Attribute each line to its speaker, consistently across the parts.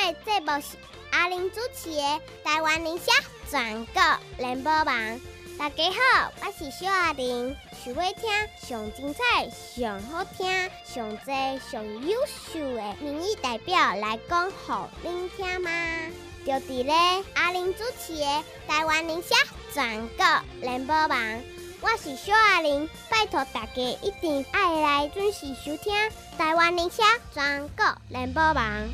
Speaker 1: 的节目是阿玲主持的台湾人社全国联播网。大家好，我是小阿玲。想要听上精彩、上好听、上多、上优秀的民意代表来讲给您听吗？就伫咧阿玲主持的台湾人社全国联播网。我是小阿玲，拜托大家一定要来准时收听台湾人社全国联播网。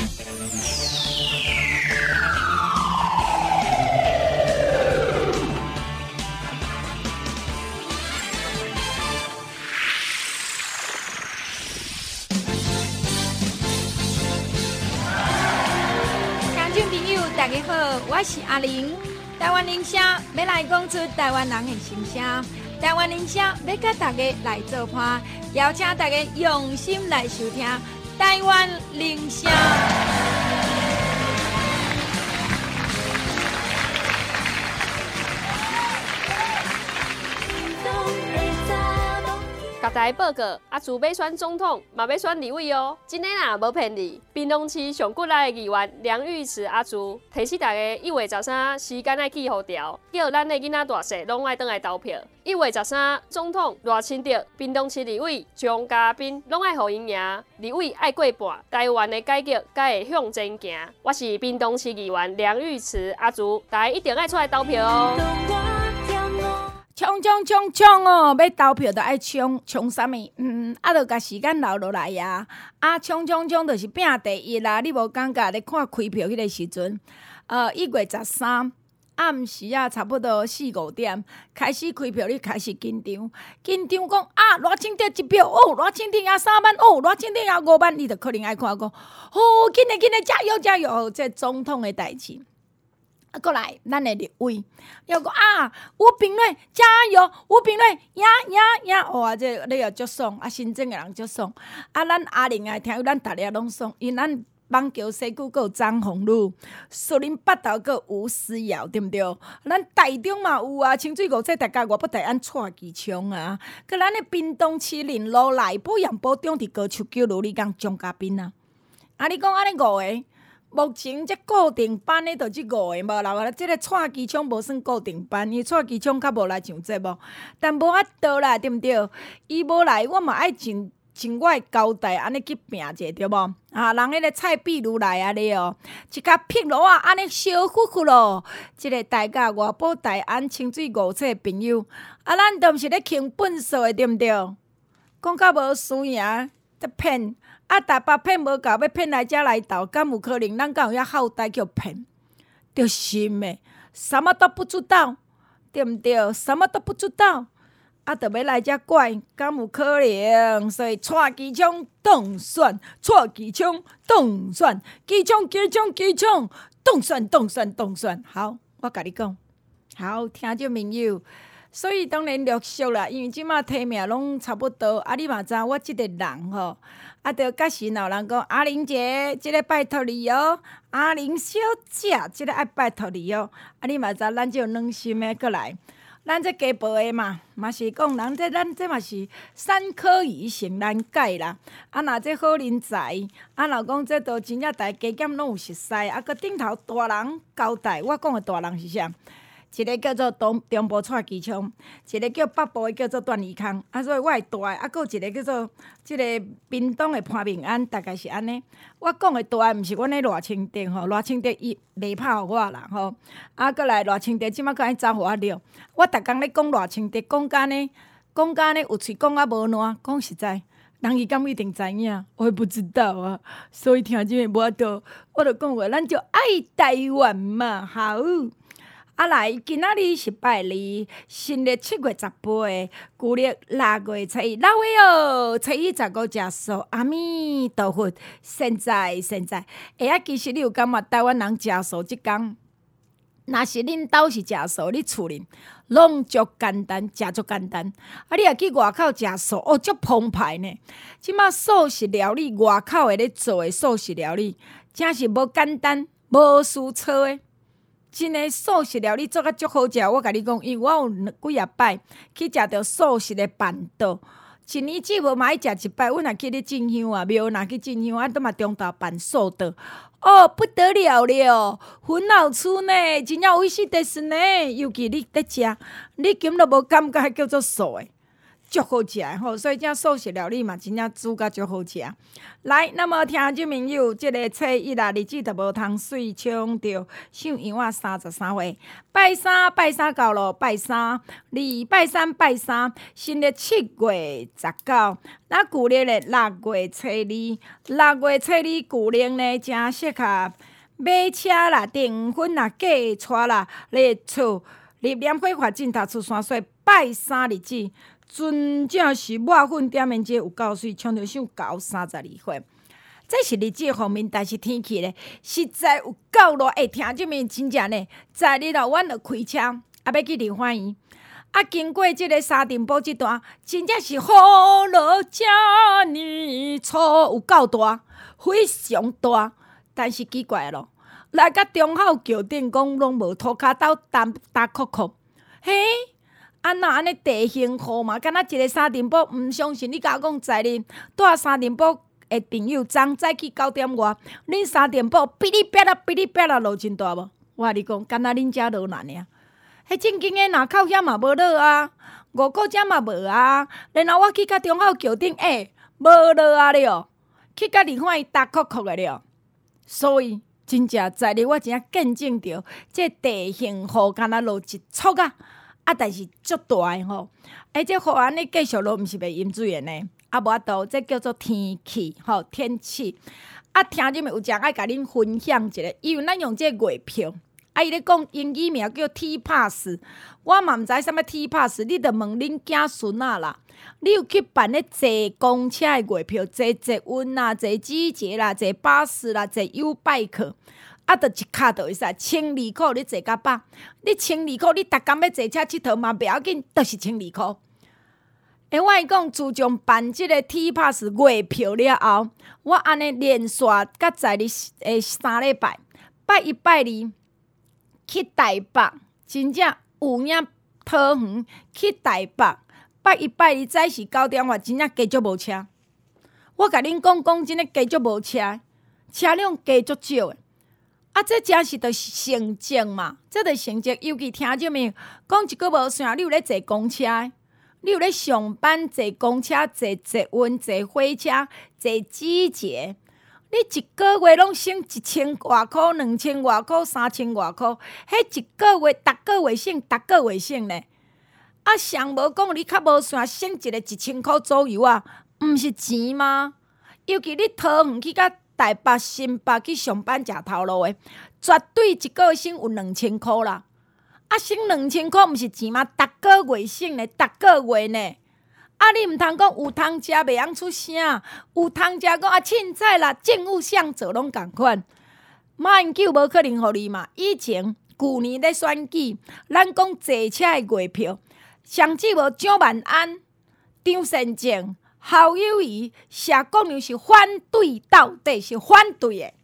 Speaker 2: 大家好，我是阿玲。台湾人社要来讲出台湾人的心声，台湾人社要甲大家来做伴，邀请大家用心来收听台湾人社。
Speaker 3: 甲大家报告，阿朱要选总统，嘛要选立委哦。真的啦，无骗你。屏东市上骨力的议员梁玉慈阿朱，提醒大家1月13时间爱记好调，叫咱的囡仔大细拢爱倒来投票。1月13总统赖清德，屏东市立委张嘉宾拢爱互因赢，立委爱过半，台湾的改革才会向前行。我是屏东市议员梁玉慈阿朱，大家一定爱出来投票哦。
Speaker 2: 冲哦！要投票就爱冲啥物？就甲时间留落来呀！冲就是拼第一啦！你无感觉咧看开票迄个时阵？1月13暗时差不多4、5点开始开票，你开始紧张讲赖清德1票赖清德赢3万赖清德赢5万，你就可能爱看讲紧嘞加油！这总统的代志。过来，咱的立委要讲吴秉叡加油，吴秉叡赢！哇，这你又足爽，新增的人足爽。咱阿玲啊，听咱大家拢爽，因咱网桥西区有张宏儒，树林北投有吴思瑶，对毋对？咱台中嘛有啊，清水5这大家外北台安蔡其昌啊，佮咱的屏东市林路内部杨埔长伫高树桥努力讲张嘉宾啊。你讲安尼5个？目前这固定班的就这5个无啦，这个蔡其昌无算固定班，因为蔡其昌较无来上节目，但无法度啦，对毋对？伊无来，我嘛爱尽我的交代，安尼去拼者对无？人迄个蔡壁如来啊咧哦，一甲劈落安尼烧呼咯。这个大家外埔大安清水5册的朋友，咱都毋是咧倾本数的，对毋对？讲较无输赢，在骗。台北骗无够，要骗来遮来投，敢有可能？咱敢有遐好呆叫骗？就是的，什么都不知道，对毋对？什么都不知道，就要来遮怪，敢有可能？所以蔡其昌当选，蔡其昌当选，其昌当选。好，我甲你讲，好，听众朋友。所以当然陆续啦，因为即马提名拢差不多，你嘛知我即个人吼，就假使有人讲阿玲姐，即个拜托你哦，阿玲小姐，即个爱拜托你哦，你嘛知咱就暖心的过来，咱这家婆的嘛是讲咱这嘛是3科以成难改啦，若这好人才，若讲这都真正大家减拢有熟悉，搁顶头大人交代，我讲的大人是啥？一个叫做中部蔡其昌，一个叫北部的叫做段宜康，所以我是大的，搁有一个叫做即个屏东的潘明安，大概是安尼。我讲的大的，毋是阮的赖清德吼，赖清德伊袂拍互我啦吼。搁来赖清德即马搁爱走互我了。我逐工咧讲赖清德，讲甲呢有喙讲啊无烂，讲实在，人伊敢一定知影，我也不知道啊。所以听即个无法度，我就讲话，咱就爱台湾嘛，好。来，今仔日是拜二，新历7月18，旧历6月初1，老岁哦，初1 15食素，阿弥陀佛。现在，其实你有感觉台湾人食素即天，若是恁兜是食素，你厝里拢足简单，食足简单。你若去外口食素，足澎湃呢。即马素食料理，外口的咧做的素食料理，真是无简单，无输错的。真诶素食料理做甲足好食，我甲你讲，因为我有几啊摆去食着素食诶板豆， 一年只无嘛爱食一摆，阮若去咧进香啊，庙若去进香啊，都嘛中昼办寿的。哦，不得了了，很好吃呢，真正美味しいです呢。尤其你咧食，你根本都无感觉叫做素的。足好食的吼，所以这素食料理嘛，真正煮甲足好食。来，那么听众朋友，即个初一啊，日子就无通随冲着上阳啊33岁，拜三到咯，拜三，拜三，新历7月19，那旧历的6月初二，旧历呢真适合买车啦、订婚啦、嫁娶啦、入厝、入念火化、进塔出山水，拜三日子。真正是抹粉点面节有够水，唱着首高32岁。这是日子方面，但是天气咧实在有够热。听这面真正咧，在日头阮就开车，要去梨花园。经过即个沙尘暴这段，真正是雨落遮尼粗，有够大，非常大。但是奇怪咯，来到中口桥顶讲拢无涂骹斗打哭哭，嘿。安尼地形好嘛？敢若一个沙尘暴，毋相信你甲我讲在恁住沙尘暴的朋友，昨早起9点外，恁沙尘暴哔哩啪啦落真大无？我甲你讲，敢若恁遮落难尔。迄正经的若口遐嘛无落啊，五股遮嘛无啊。然后我去到中口桥顶，无落啊了，去到梨花园打哭哭的了。所以真正在日我真正见证着这地形雨敢若落一撮啊！但是足大诶吼，这雨安尼继续落，毋是袂淹水诶呢。无法度，这叫做天气吼，天气。听入面有诚爱甲恁分享一下，因为咱用这月票，伊咧讲英语名叫 T-Pass， 我嘛毋知啥物 T-Pass， 你着问恁囝孙仔啦。你有去办咧坐公车诶月票，坐捷运啦，坐季节啦，坐巴士啦，坐 U-Bike。着一卡就会使，1200你坐甲饱。你1200，你逐工要坐车佚佗嘛袂要紧，就是1200。我会讲，自从办即个 T-Pass 月票了后，我安尼连续甲在日3礼拜，拜1拜2去台北，真正有影桃园去台北，拜1拜2早时9点外，真正加足无车。我甲恁讲真诶，加足无车，车辆加足少诶。这真是就是成绩嘛，这就是成绩。尤其听众们讲一个无算，你有咧坐公车，你有咧上班坐公车、坐捷运、坐火车、坐季节，你一个月拢省1000外箍、2000外箍、3000外箍，迄一个月逐个月省呢。上无讲你较无算省一个1000箍左右啊，毋是钱吗？尤其你桃园去甲台北、新北去上班食头路的，绝对一个月省有2000箍啦。省2000箍毋是钱吗？逐个月省呢，逐个月呢。你毋通讲有通食袂晓出声，有通食讲凊彩啦，政府想做拢共款。马英九无可能互你嘛。以前旧年咧选举，咱讲坐车的月票，上至无蒋万安、张善政。侯友宜、谢国良是反对到底，是反对的。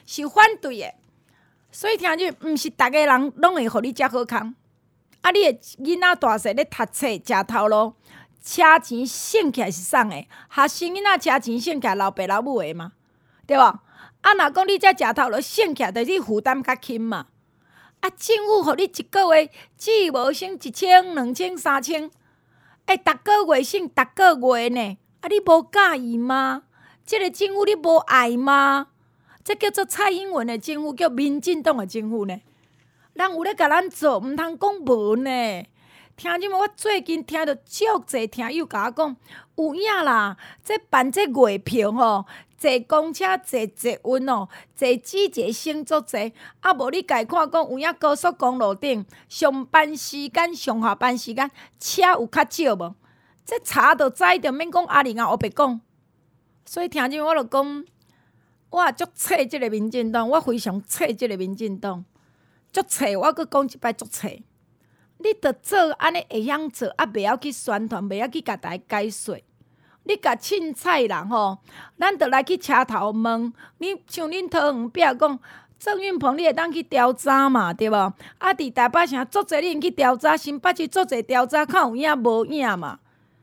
Speaker 2: 所以听着，毋是逐个人拢会互你遮好康。你的囡仔大细咧读册、食头路，车钱省起来是送的。学生囡仔车钱省起来，老爸老母的嘛，对无？若讲你遮食头路省起来，就是你负担较轻嘛。政府互你一个月只无省1000、2000、3000，逐个月省，逐个月呢？你无介意吗？这个政府你无爱吗？这叫做蔡英文的政府，叫民进党的政府呢。人有咧甲咱做，毋通讲无呢。听什么？我最近听到足侪听友甲我讲，有影啦。这办这月票吼，坐公车、坐捷运哦，坐季节省足侪。无你家看讲，有影高速公路顶上班时间、上下班时间，车有较少无？这查就知，就免讲阿玲啊，我别讲。所以听见我就讲，我也足册即个民进党，我非常册即个民进党，足册。我阁讲一摆足册。你着做安尼会晓做，袂晓去宣传，袂晓去甲大家解说。你甲凊彩人吼，咱着来去车头问。你像恁桃园壁讲，郑运鹏，你会当去调查嘛，对无？伫台北城足侪你去调查，新北市足侪调查，看有影无影嘛。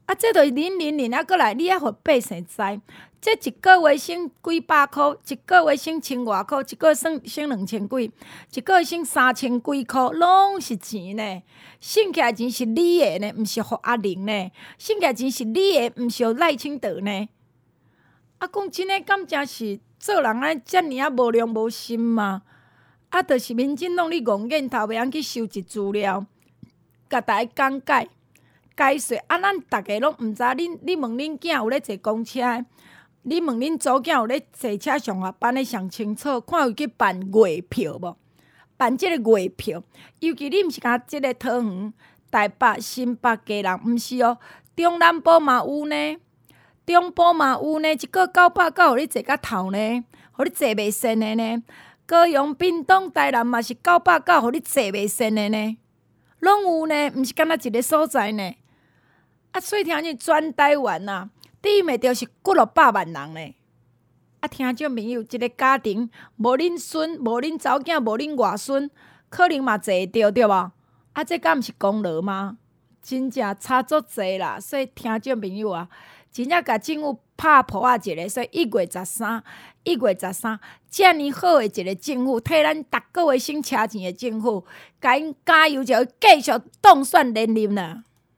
Speaker 2: 啊，这就是零，啊，过来你还互百姓知，这一个月省几百箍，一个月省千外箍，一个月省2000几，一个月省3000几箍，拢是钱呢。省起来钱是你的呢，毋是互阿玲呢。省起来钱是你的，毋是互赖清德呢。啊，讲真诶，敢真是做人安遮尔啊无良无心嘛？啊，就是民进党你戆瘾头袂晓去收集资料，甲大家讲解。解说啊，咱逐个拢毋知，你问恁囝有咧坐公车的，你问恁祖囝有咧坐车上下班的上清楚，看有去办月票无？办即个月票，尤其你毋是甲即个桃园、台北、新北、基隆，毋是哦，中南部嘛有呢，中部嘛有呢，一个900互你坐到头呢，互你坐袂顺的呢。高雄、屏东、台南嘛是900互你坐袂顺的呢，拢有呢，毋是干那一个所在呢。啊，所以听见全台湾啊，第一名就是过了100万人呢。啊，听众朋友，一个家庭无恁孙、无恁查某囝、无恁外孙，可能嘛坐会着对无？啊，这敢毋是功劳吗？真正差足济啦。所以听众朋友啊，真正甲政府拍破啊一个。所以1月13，遮尔好的一个政府，替咱逐个月省车钱的政府，甲因加油，就继续当选连任啦。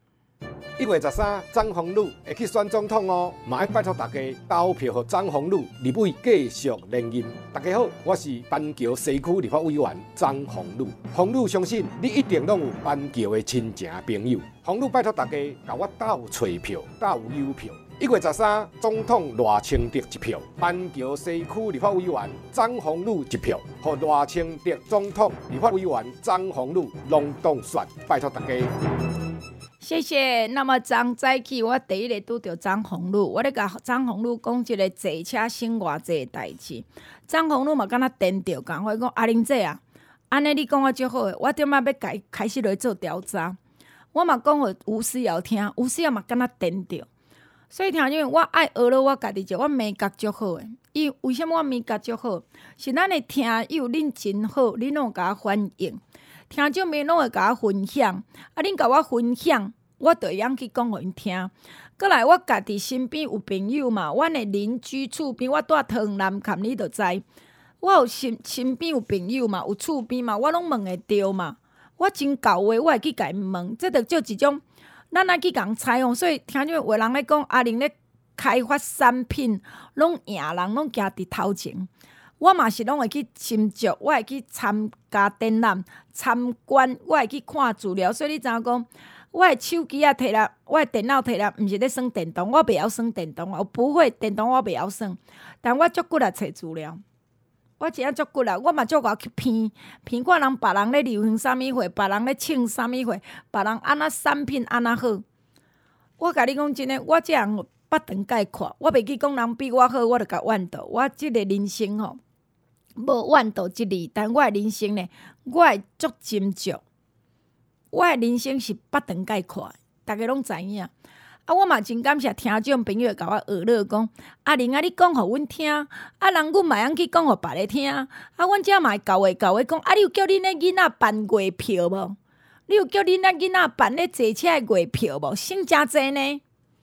Speaker 4: 1月13，张宏宇会去选总统哦，嘛要拜托大家投票给张宏宇立委继续连任。大家好，我是板桥西区立法委员张宏宇。宏宇相信你一定拢有板桥的亲情朋友。宏宇拜托大家甲我斗找票，斗邮票。1月13，总统赖清德1票，板桥西区立法委员张宏宇1票，和赖清德总统立法委员张宏宇拢当选。拜托大家。
Speaker 2: 谢谢。那么昨早起，我第一个拄着张宏宇，我咧甲张宏宇讲一个坐车省偌济的代志。张宏宇嘛敢若颠着讲，我讲阿玲姐啊，安尼你讲我足好诶，我点仔要开始来做调查。我嘛讲互吴思瑶听，吴思瑶嘛敢若颠着。所以听因为我爱学了我家己者，我美觉足好诶。伊为什么我美觉足好？是咱会听，伊有恁真好，恁拢甲我反映。听众朋友拢会甲我分享，啊，恁甲我分享，我就会用去讲互因听。过来，我家己身边有朋友嘛，阮的邻居厝边，我住桃园南崁，你就知。我有身边有朋友嘛，有厝边嘛，我拢问会着嘛。我真够话，我会去甲因问，这就一种咱爱去共采访。所以听众有人咧讲，阿玲咧开发产品，拢赢人，拢行伫头前。我嘛是拢会去斟酌，我会去参加展览、参观，我会去看资料。所以你知影讲，我的手机摕来，我的电脑摕来，毋是咧算电动，我袂晓算电动，我不会电动，我袂晓算。但我足骨来找资料，我真足骨来，我嘛足够去偏看人别人咧流行啥物货，别人咧穿啥物货，别人安那产品安那好。我甲你讲真诶，我这样捌长介看，我袂去讲人比我好，我就甲怨妒。我即个人生吼。无怨妒即字，但我的人生呢，我会足斟酌。我的人生是捌长介看，大家拢知影。啊，我嘛真感谢听众朋友甲我学乐讲，阿玲啊，你讲互阮听，啊，人阮嘛通去讲互别个听，啊，阮遮嘛会教话讲，啊，你有叫恁的囡仔办月票无？你有叫恁的囡仔办咧坐车的月票无？省诚济呢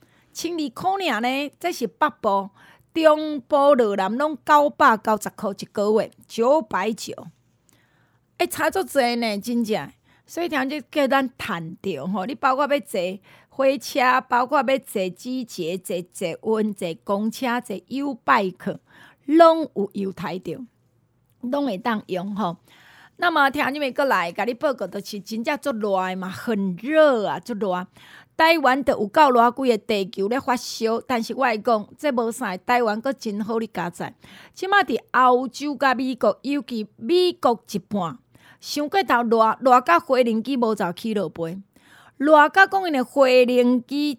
Speaker 2: ，12箍尔呢，这是北部。中部落南拢990箍一个月，990，差足济呢，真正。所以听这叫咱趁着吼，你包括要坐火车，包括要坐机捷、坐捷运、坐公车、坐U bike，拢有优待着，拢会当用吼。那么听你们过来，甲你报告就是真正足热的嘛，很热啊，足热。台湾就有够偌几个地球咧发烧，但是我会讲，这无啥，台湾阁真好，你加在。即马伫欧洲甲美国，尤其美国一半，伤过头热甲飞行机无走起落飞，热甲讲因的飞行机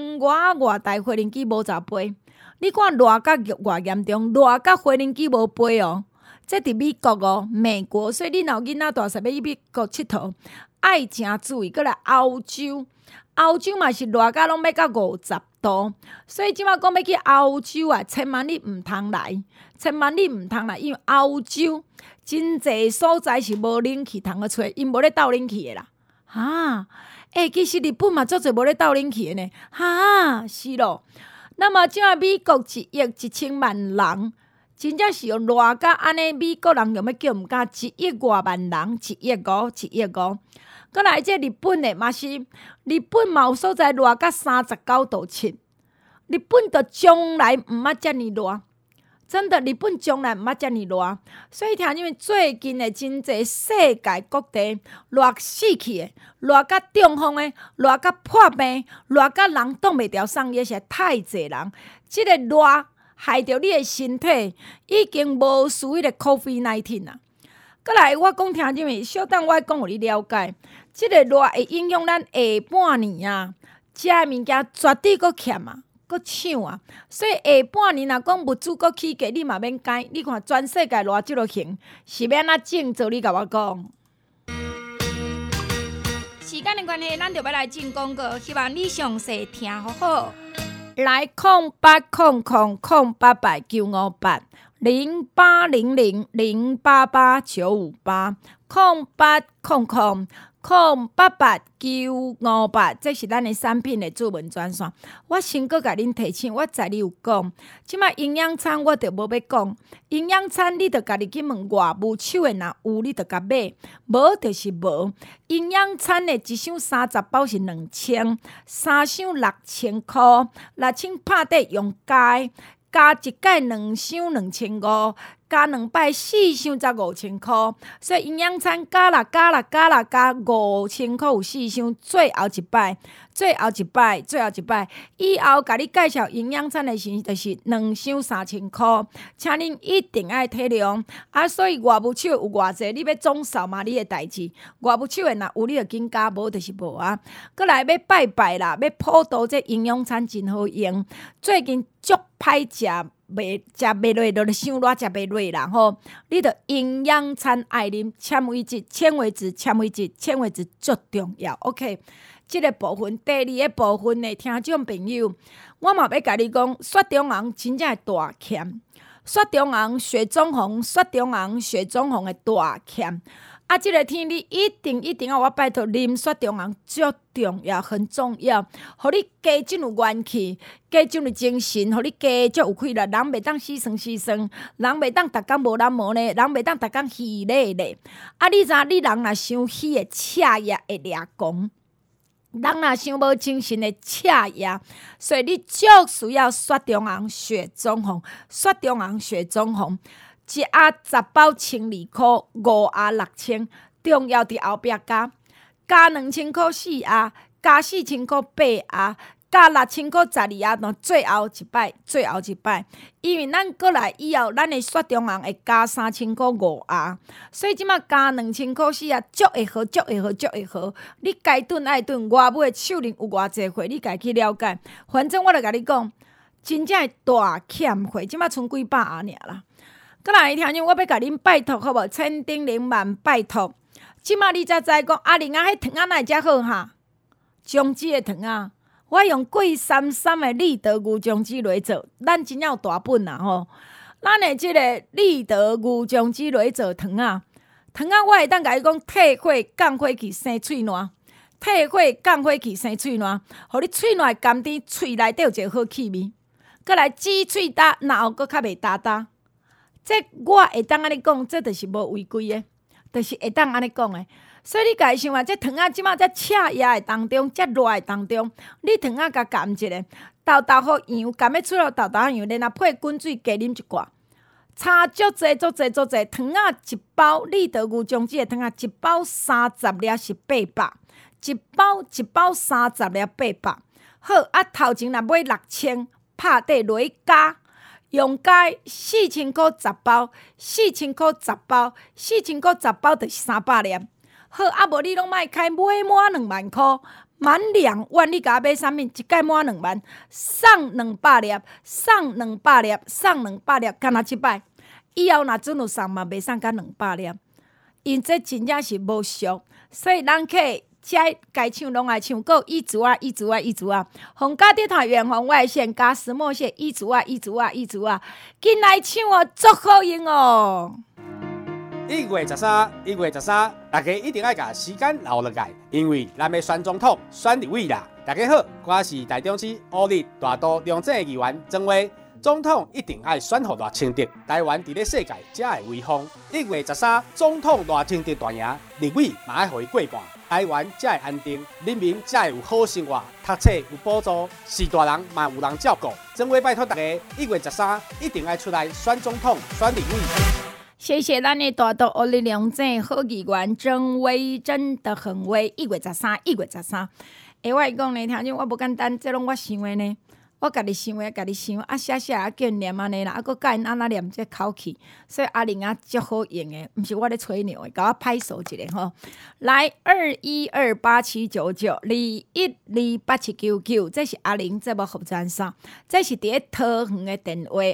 Speaker 2: 1000外台飞行机无走飞。你看热甲偌严重，热甲飞行机无飞哦。这伫美国哦，美国，所以你若有囡仔大细要去美国佚佗，爱诚注意。过来欧洲。欧洲嘛是热甲拢要到50度，所以即马讲要去欧洲啊，千万你毋通来，千万你毋通来，因为欧洲真侪所在是无冷气通个吹，因无咧斗冷气的啦。 其实日本嘛足侪无咧斗冷气的呢，哈，是咯。那么即下美国1亿1000万人，真正是用热甲安尼，美国人用要叫毋敢1亿外万人，1亿5。搁来这日本的嘛是，日本嘛有所在热甲39度7，日本就从来毋捌遮尔热。真的，日本从来毋捌遮尔热，所以听你们最近的真侪世界各地热死去的，热甲中风的，热甲破病，热甲人挡袂牢送医，实在太侪人。即个热害着你的身体，已经无输迄个 COVID-19 啊。搁来，我讲听你们，小等我讲互你了解，即个热会影响咱下半年啊，食的物件绝对搁欠啊。搁抢啊！所以下半年若讲物资搁起价，你嘛免惊。你看全世界热即落行，是要安怎整？做你甲我讲。时间的关系，咱就要来进广告，希望你详细听好好。来0800-088-958，0800-088-958，这是咱的产品的主文专线。我先搁甲恁提醒，我知你有讲，即摆营养餐我就无要讲，营养餐你着家己去问外务手的，若有你着甲买，无就是无。营养餐的一箱30包是2000，3箱6000块，6000拍底用加一盖2箱2500，加2摆4箱才5000块，所以营养餐加5000块有4箱，最后一摆，以后甲你介绍营养餐的时，就是2箱3000块，请恁一定爱体谅啊！所以外务手有偌济，你要总扫嘛，你的代志，外务手的若有你就紧加，无就是无啊。搁来要拜拜啦，要普渡这营养餐真好用，最近足歹食。袂落，就伤热食袂落啦吼！你着营养餐爱啉，纤维质足重要。OK， 即个部分，第二个部分的听众朋友，我嘛要甲你讲，雪中红真正大欠，雪中红、雪中红的大欠。啊，即个天你一定要我拜托啉雪中红，足重要，很重要，互你加真有元气，加真有精神，互你加足有气力。人袂当死酸，人袂当逐工无力无力，人袂当逐工虚累累。啊，你知影你人若伤虚的赤夜会掠狂，人若伤无精神的赤夜，所以你足需要雪中红、雪中红。一盒10包12块，5盒6000，重要伫后壁加2000块4盒，加4000块8盒，加6000块12盒，最后一摆，因为咱过来以后，咱的雪中红会加3000块5盒，所以即马加2000块4盒，足会好。你该炖爱炖，外尾的手龄有偌济岁，你家去了解。反正我著甲你讲，真正大欠岁，即马剩几百盒尔啦。搁来听我要甲恁拜托好无？千叮咛万拜托，即马你才知讲阿玲啊，迄糖仔哪会遮好哈？姜汁的糖仔，我用贵33的立德牛姜汁来做，咱真正有大本啦吼。咱的即个立德牛姜汁来做糖仔，我会当甲你讲退火降火气生喙烂，互你喙烂甘甜，喙内底有一个好气味。搁来煮喙焦，然后搁较袂焦。这我会当安尼讲，这就是无违规的，就是会当安尼讲的。所以你家想啊，这糖仔即马在赤夜的当中，这热的当中，你糖仔甲含一个，豆好样，含要出来豆好样，然后配滚水加啉一寡，差足济。糖仔一包，立德牛姜汁的糖仔一包30粒是800，一包30粒800。好啊，头前若买6000，拍底落去加。用加4000块10包，4000块10包就是300粒。好啊，无你拢莫开买满2万块，满2万你甲我买啥物？一盖满2万，送200粒，干那7摆。以后若准有送嘛，袂送甲200粒，因这真正是无俗，所以人客。遮该唱拢爱唱，够一组啊！洪家电台远红外线加石墨烯一组啊！紧来唱哦，足好用哦！
Speaker 5: 1月13，大家一定要把时间留落来，因为咱要选总统、选立委啦。大家好，我是台中市乌日大都良政议员曾伟。总统一定要选互赖清德，台湾伫咧世界才会威风。1月13，总统赖清德大赢，立委嘛要互伊过半，台湾才会安定，人民才会有好生活，读册有补助，是大人嘛有人照顾。曾伟拜托大家，1月13一定要出来选总统、选立委。
Speaker 2: 谢谢咱的大都乌日良政好议员曾伟，真的很威。1月13，我会讲呢，听众我无简单，这拢我想的呢。我家己想写啊叫因念安尼啦，啊，佮教因安那念这口气，所以阿玲啊足好用的，毋是我咧吹牛的，甲我拍手一下吼。来212879921287799，这是阿玲节目服装上，这是伫咧桃园的电话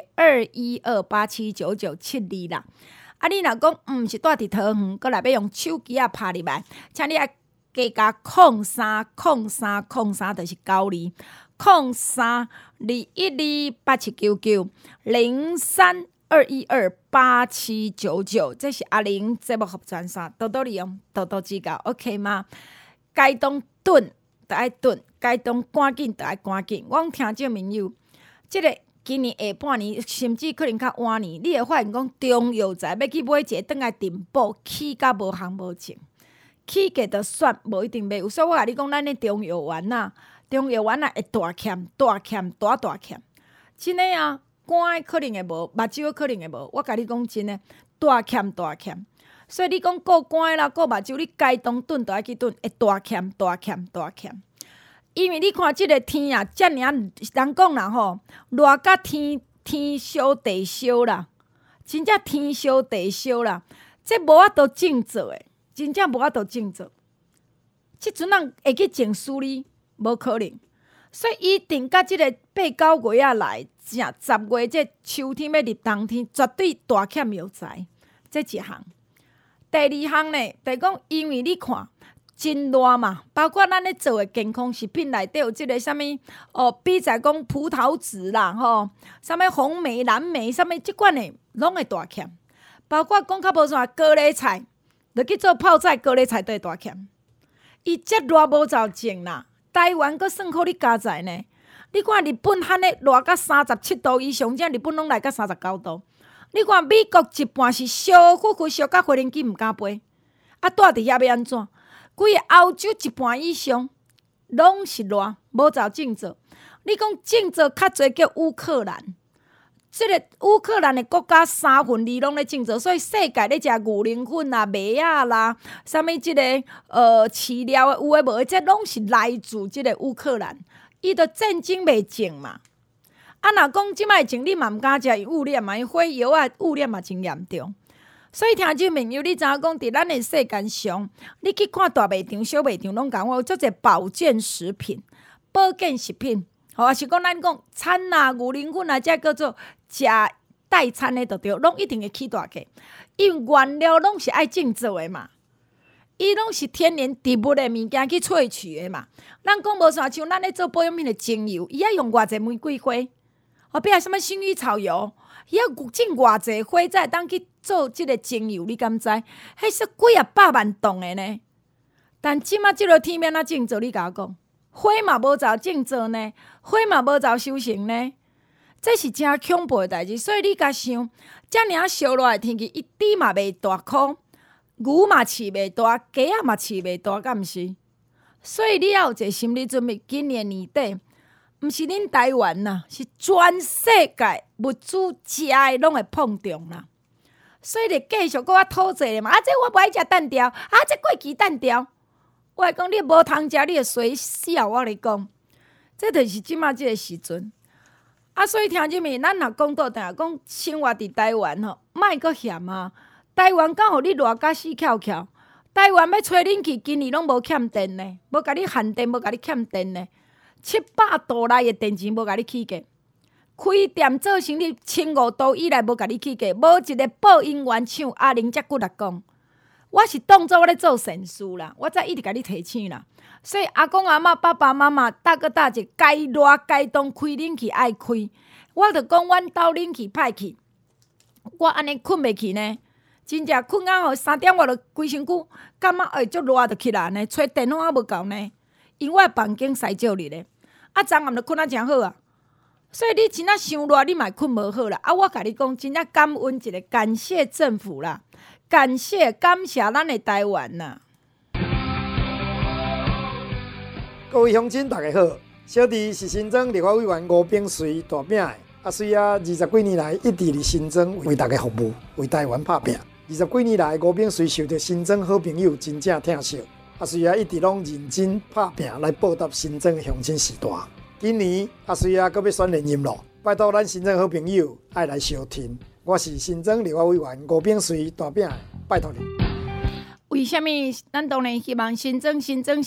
Speaker 2: 212879972啦。啊，你若讲毋是住伫桃园，佮来要用手机啊拍入来，请你啊加030303，就是9字。0321287799，这是阿玲节目服专线，多多利用，多多指教 ，OK 吗？该当顿就爱顿，该当赶紧就爱赶紧。我听众朋友，即个今年下半年，甚至可能较晚年，你会发现讲中药材要去买一个，转来订补，起甲无行无情，起价就算无一定袂有。所以我甲你讲，咱的中药丸啊。中药丸啊，会大欠，真诶啊！肝诶可能会无，目睭诶可能会无。我甲你讲真诶，大欠。所以你讲顾肝诶啦，顾目睭，你该当炖都爱去炖，会大欠。因为你看即个天啊，遮尔人讲啦吼，热甲天烧地烧啦，真正天烧地烧啦，这无法度种做诶，真正无法度种做。即阵人会去种树哩？无可能，所以一定甲即个8、9月啊来，10月这秋天要入冬天，绝对大欠药材。这一项，第2项呢，就是讲，因为你看真热嘛，包括咱咧做的健康食品内底有即个啥物比在讲葡萄籽啦，吼，啥物红莓、蓝莓，啥物即款的拢会大欠。包括讲较无啥高丽菜，就去做泡菜，高丽菜都会大欠。伊遮热无走种啦。台湾阁算好你加在呢？你看日本罕咧热到37度以上，这日本拢来到39度。你看美国一半是烧到飞行机毋敢飞，啊，住伫遐要安怎？规个欧洲一半以上拢是热，无走种做。你讲种做较侪叫乌克兰，即个乌克兰的国家2/3拢咧种做，所以世界咧食牛奶粉啦、麦仔啦，啥物即个饲料的有诶无诶，这拢是来自即个乌克兰。伊著战争袂种嘛，啊，若讲即摆种，你嘛毋敢食，伊污染嘛，伊火药啊污染嘛真严重。所以听众朋友，你知影讲伫咱的世间上，你去看大卖场、小卖场拢讲有足侪保健食品、保健食品。吼，是讲咱讲餐啊、牛奶粉啊，才叫做食代餐的，就对，拢一定会起大价，因为原料拢是爱种做的嘛，伊拢是天然植物的物件去萃取的嘛。咱讲无啥像咱咧做保养品的精油，伊爱用偌济玫瑰花，后壁什么薰衣草油，伊要种偌济花才会当去做即个精油，你敢知？迄说几啊百万吨的呢？但即马即落天免哪种做？你甲我讲。花嘛无走种做呢，花嘛无走修行呢，这是真恐怖的代志。所以你甲想，遮尔烧热的天气，伊猪嘛袂大箍，牛嘛饲袂大，鸡仔嘛饲袂大，敢毋是？所以你要有一个心理准备，今年年底，毋是恁台湾呐，是全世界物资食的拢会碰中啦。所以你继续搁我讨债嘛，这我不爱食蛋条，这过期蛋条。我来讲，你无通食，你会衰死啊！我来讲，这就是即马即个时阵。所以听即面，咱若讲到定讲生活伫台湾吼，莫阁嫌啊！台湾敢互你热甲死翘翘？台湾要吹冷气，今年拢无欠电呢，无甲你限电，无甲你欠电呢。700度内的电钱无甲你起价，开店做生意1500度以内无甲你起价，无一个报应员像阿玲遮骨力讲。我是当作我咧做善事啦，我才一直甲你提醒啦。所以阿公阿嬷、爸爸妈妈，大哥大姐，该热该冻开冷气爱开。我著讲，阮兜冷气歹去，我安尼困袂去呢。 真正困啊吼3点外就规身躯感觉会足热就起来呢，吹电风也无够呢，因为我房间晒少日咧，昨暗就困啊诚好啊。所以你真正伤热，你嘛困无好啦。我甲你讲，真正感恩一个，感谢政府啦，感谢咱的台湾啦。
Speaker 6: 各位乡亲，大家好，小弟是新庄立法委员吴秉随大饼的，随20几年来一直伫新庄为大家服务，为台湾拍拼。20几年来，吴秉随受到新庄好朋友真正疼惜，随一直拢认真拍拼来报答新庄的乡亲时代。今年随阁要选连任咯，拜托咱新庄好朋友爱来相挺。我是新庄立法委员吴秉随大饼，拜托你。
Speaker 2: 为什么咱当然希望新庄，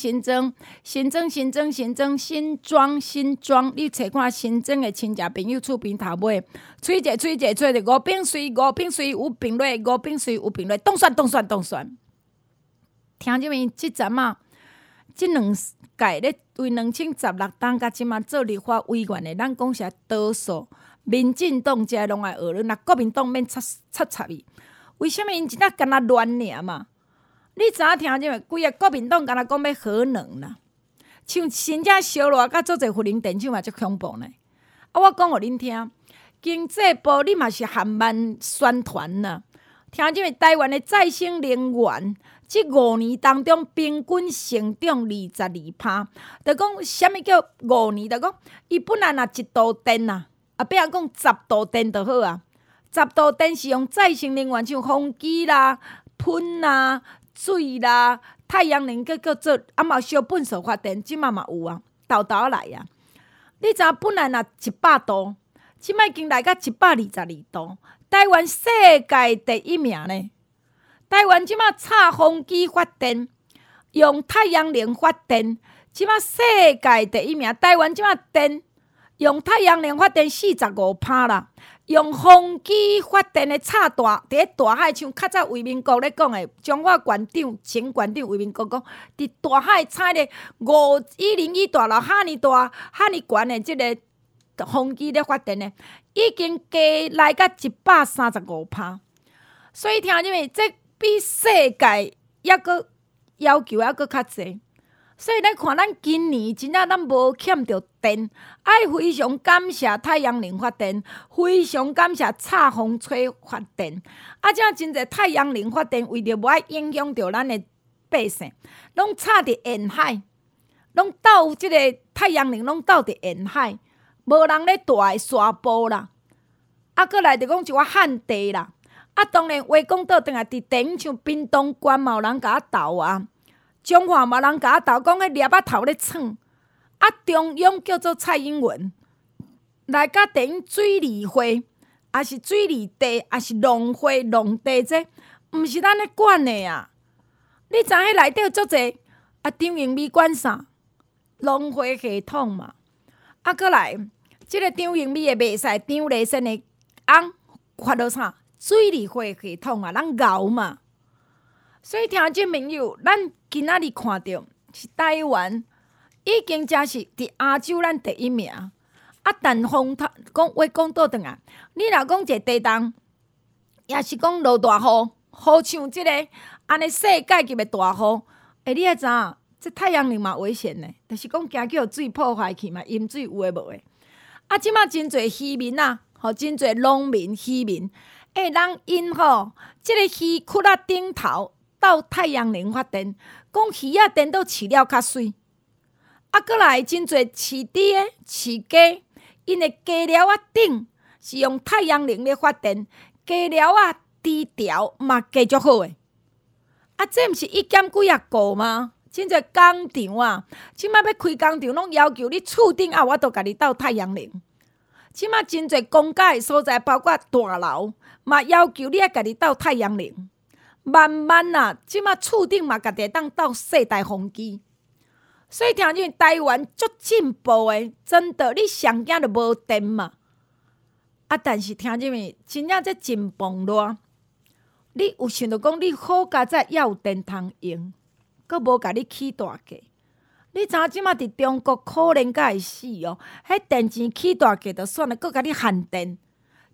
Speaker 2: 你找看新庄的亲戚朋友厝边头尾，吹者吴秉随有评论，当选。听这边即阵啊，即2届咧为2016当甲即马做立法委员的，咱讲是多数民进党遮拢爱学论，若国民党免插伊。为什么因真正干那乱尔嘛？你知影听即个规个国民党敢若讲要核能啦，像真正烧热甲做者福林电厂嘛足恐怖呢。我讲互恁听，经济部你嘛是含慢宣传啦。听即个台湾的再生能源，即5年当中平均成长22%，就讲啥物叫5年？就讲伊本来若1度电啊，比如讲10度电就好啊。10度电是用再生能源，像风机啦、喷啦、水啦、太阳能叫做嘛烧粪扫发电，即嘛有啊，豆来啊。你知影本来若100度，即摆已经来到122度，台湾世界第1名呢。台湾即马插风机发电，用太阳能发电，即马世界第1名。台湾即马电用太阳能发电45%啦。用风机发电的插伫咧大海，像较早卫民国咧讲的，中华前馆长卫民国讲，伫大海插咧510大楼遐尼大、遐尼悬的即个风机咧发电的，已经加来到135%。所以听入面，这比世界抑阁要求抑阁较济。所以咱看，咱今年真正咱无欠着电，爱非常感谢太阳能发电，非常感谢插风吹发电。正真侪太阳能发电为着无爱影响着咱的百姓，拢插伫沿海，拢斗即个太阳能拢斗伫沿海，无人咧大诶沙坡啦。搁来着讲一寡旱地啦。当然话讲倒转来，伫顶像屏东县嘛有人甲斗啊。中华嘛人甲斗讲，迄粒仔头咧闯，中央叫做蔡英文，来甲等水利会，也是水利地，也是农会、农地，这毋是咱咧管的啊！你知迄内底有足侪张荣美管啥？农会系统嘛，搁来，即个张荣美的袂使，张丽仙的翁发到啥？水利会系统嘛，咱熬嘛。所以听众朋友，咱今仔日看到是台湾已经真是伫亚洲咱第1名。但风讲话讲倒转来，你若讲一个地动，也是讲落大雨，雨像即个安尼世界级的大雨，你会知影，这太阳能嘛危险呢。就是讲惊叫水破坏去嘛，淹水有诶无诶。即马真侪渔民啊，真侪农民渔民，人因即个鱼窟仔顶头。到太阳能发电，讲鱼仔电到饲了较水，搁来真侪饲猪的、饲鸡，因的鸡寮仔顶是用太阳能咧发电，鸡寮仔猪条嘛加足好诶。这毋是一减几个吗？真侪工厂啊，即摆要开工厂，拢要求你厝顶我都甲你斗太阳能。即摆真侪公家的所在，包括大楼，嘛要求你甲你斗太阳能。慢慢啊，即马厝顶嘛，家己当斗世代风机，所以听见台湾足进步诶，真的，你上惊就无电嘛。但是听见没？真正这真崩热，你有想到讲你好佳哉也有电通用，阁无甲你起大价。你知影即马伫中国可能甲会死哦，迄电钱起大价就算了，阁甲你限电。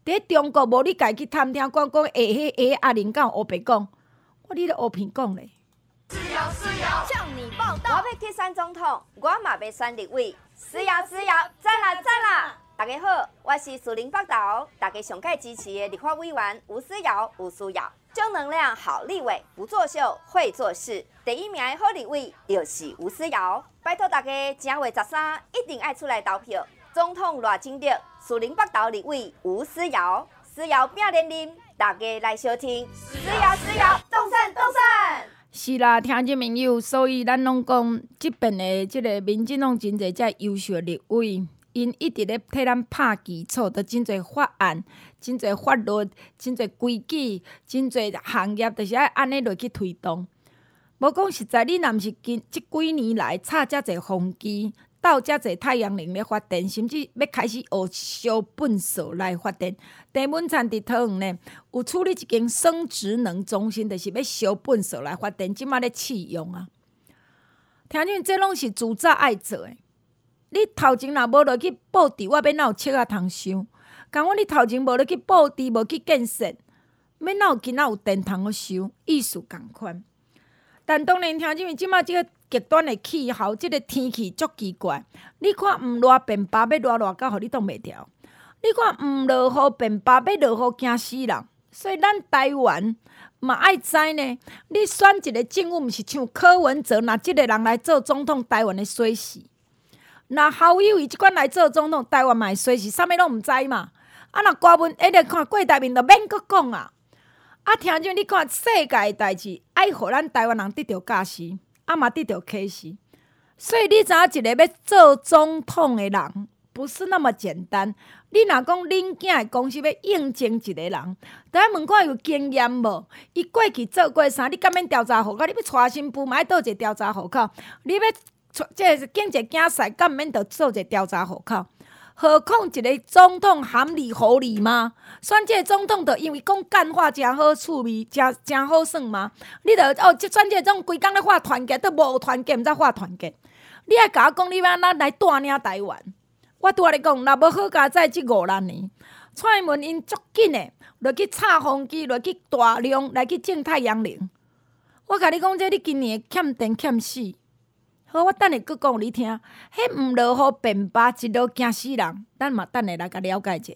Speaker 2: 伫中国无你家去探听，讲迄阿玲敢有黑白讲，我你咧黑片讲咧。
Speaker 7: 向你报道。我要去选总统，我嘛要选立委。是呀，赞啦！大家好，我是士林北投大家上届支持的立法委员吴思瑶。正能量好立委，不作秀会做事。第一名的好立委就是吴思瑶。拜托大家正月13一定爱出来投票。总统赖清德，士林北投立委吴思瑶，思瑶拼连任，大家来收听。思瑶，动身！
Speaker 2: 是啦，听众朋友，所以咱拢讲，即边的即个民进党真侪遮优秀的立委，因一直咧替咱拍基础，都真侪法案、真侪法律、真侪规矩、真侪行业，就是爱安尼落去推动。无讲实在，你若毋是即几年来插遮侪风机，斗遮侪太阳能咧发电，甚至要开始学烧粪扫来发电。地文产伫桃园呢，有处理一间生殖能中心，就是要烧粪扫来发电，即马咧试用啊。听见这拢是自早爱做的。你头前若无落去布置，我要哪有切啊通收？讲我你头前无落去布置，无去建设，要哪有今仔有电通好收？意思共款。但当然，听见即马即个极端的气候，即个天气足奇怪。你看，毋热变巴，要热到，互你挡袂牢。你看，毋落雨变巴，要落雨惊死人。所以，咱台湾嘛爱知呢。你选一个政府，毋是像柯文哲，若即个人来做总统，台湾的衰死。若侯友宜即款来做总统，台湾嘛会衰死，啥物拢毋知嘛。啊，若郭文一直看过台面，就免阁讲啊。啊，听种你看世界的代志，爱互咱台湾人得到教示，嘛得到启示。所以你知影一个要做总统的人，不是那么简单。你若讲恁囝的公司要应征一个人，得问看有经验无？伊过去做过啥？你敢免调查户口？你要带新妇，嘛爱倒一个调查户口？你要即个经一个竞赛，敢免着做一个调查户口？何况一个总统含理合理吗？选这个总统就因为讲干话真好趣味，真好耍吗？你就选这个总规工咧画团结，都无团结，毋知画团结。你爱甲我讲，你要安怎来带领台湾？我拄仔咧讲，若无好佳在即5-6年，蔡英文因足紧诶，落去插风机，落去大量来去种太阳能。我甲你讲，你今年欠电欠死。好，我等下佫讲你听，迄毋落雨变巴，一路惊死人。咱嘛等下来甲了解者。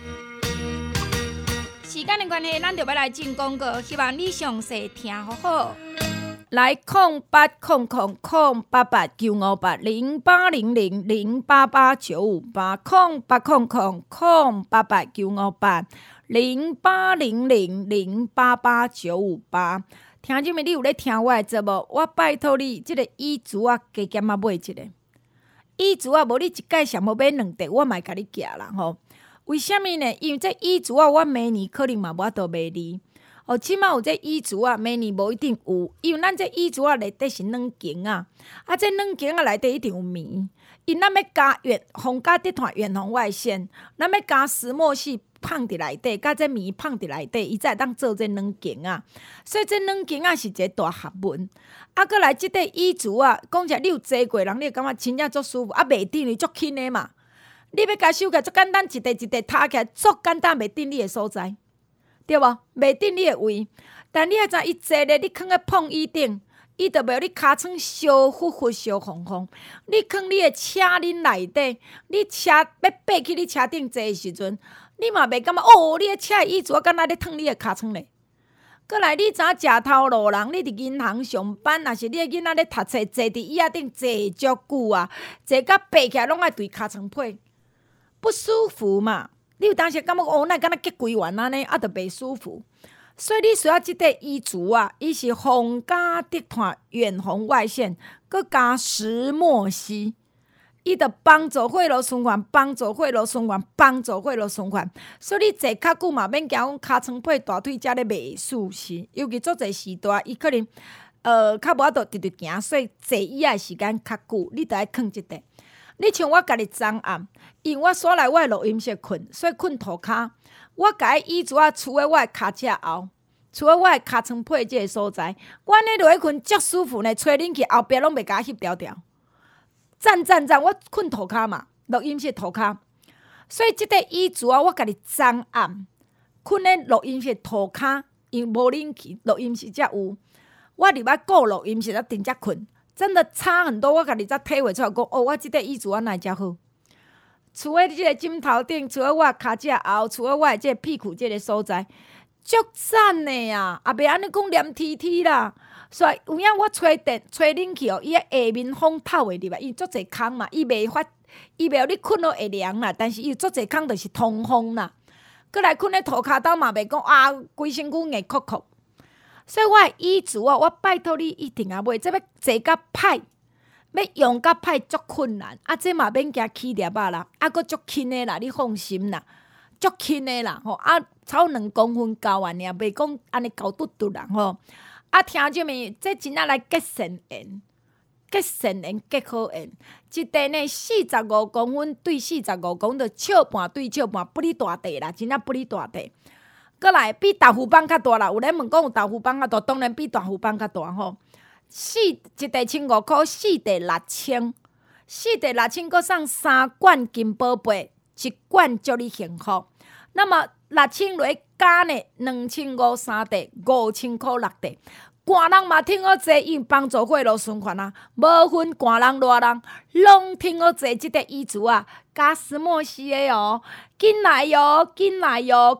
Speaker 2: 时间的关系，咱就要来进广告，希望你详细听好好。来0800-088-958，0800-088-958，0800-088-958。听众们，你有咧听我的节目？我拜托你，即个椅子啊，加减啊买一个。椅子啊，无你一届上无买2块，我嘛会甲你寄啦吼。为什么呢？因为这椅子啊，我明年可能嘛无法度买你。起码有这椅子啊，明年无一定有，因为咱这椅子啊内底是软间啊，这软间啊内底一定有棉。因咱要加防加得团远红外线，咱要加石墨烯放伫内底，甲这棉放伫内底，伊才会当做这软间啊。所以这软间啊是一个大学问。搁来即块椅子啊，讲起来你有坐过人，你会感觉真正足舒服，袂顶哩足轻的嘛。你要甲收起来足简单，一块一块塌起来，足简单，袂顶你的所在。对无？袂顶你的位，但你要知伊坐咧，你放咧碰椅顶，伊就袂你尻川烧呼呼、烧烘烘。你放你的车恁内底，你车要爬去你车顶坐的时阵，你嘛袂感觉你的车的椅子敢若咧烫你的尻川咧。过来，你知影食头路人，你伫银行上班，若是你的囡仔咧读册，坐伫椅仔顶坐足久啊，坐到爬起来拢爱对尻川配，不舒服嘛。你有当时感觉那敢若结规完安尼，就袂舒服。所以你需要即块衣橱啊，伊是防加得团远红外线，佮加石墨烯，伊就帮助血路循环，帮助血路循环，帮助血路循环。所以你坐较久嘛，免惊讲尻川配大腿遮咧袂舒适，尤其做侪时代，伊可能较无法度直直行，所以坐椅仔时间较久，你就爱囥即块。你像我家己昨暗，因为我锁来我的录音室困，所以困涂骹。我甲伊椅子啊，厝喺我的骹脊后，厝喺我的尻川配即个所在，我安尼落去困足舒服呢。吹恁去后壁拢袂甲我翕条条，赞！我困涂骹嘛，录音室涂骹。所以即块椅子啊，我家己昨暗困咧录音室涂骹，因无冷气，录音室才有。我入来顾录音室才定才困，真的差很多。我家己才体会出来讲，我即个椅子安那遮好。除了即个枕头顶，除了我骹脊后，除了我的即个屁股即个所在，足赞的啊！也袂安尼讲黏贴贴啦。所以有影我吹冷气哦，伊下面风透会入来，伊足侪空嘛，伊袂互你困到会凉啦，但是伊有足侪空就是通风啦。过来困咧涂骹斗嘛，袂讲规身躯硬壳壳。所以我的椅子哦，我拜托你一定要买，这要坐甲歹，要用甲歹足困难。这嘛免惊起粒啦，佫足轻的啦，你放心啦，足轻的啦吼。超2公分高安尔，袂讲安尼高嘟嘟啦吼。听这面，这真正来结善缘，结善缘结好缘。一地呢45公分对45公分，就笑盘对笑盘，不哩大地啦，真正不哩大地。过来比豆腐棒较大啦，有人问讲有豆腐棒较大，当然比豆腐棒较大吼。一地1500块，4地6000，4地6000，搁送3罐金宝贝，1罐祝你幸福。那么6000落加呢，2500，3地5000块6地。寒人嘛听好坐，因帮助血路循环啊，无分寒人热人，拢听好坐即个椅子啊，加石墨烯的哦，紧来哟，紧来哟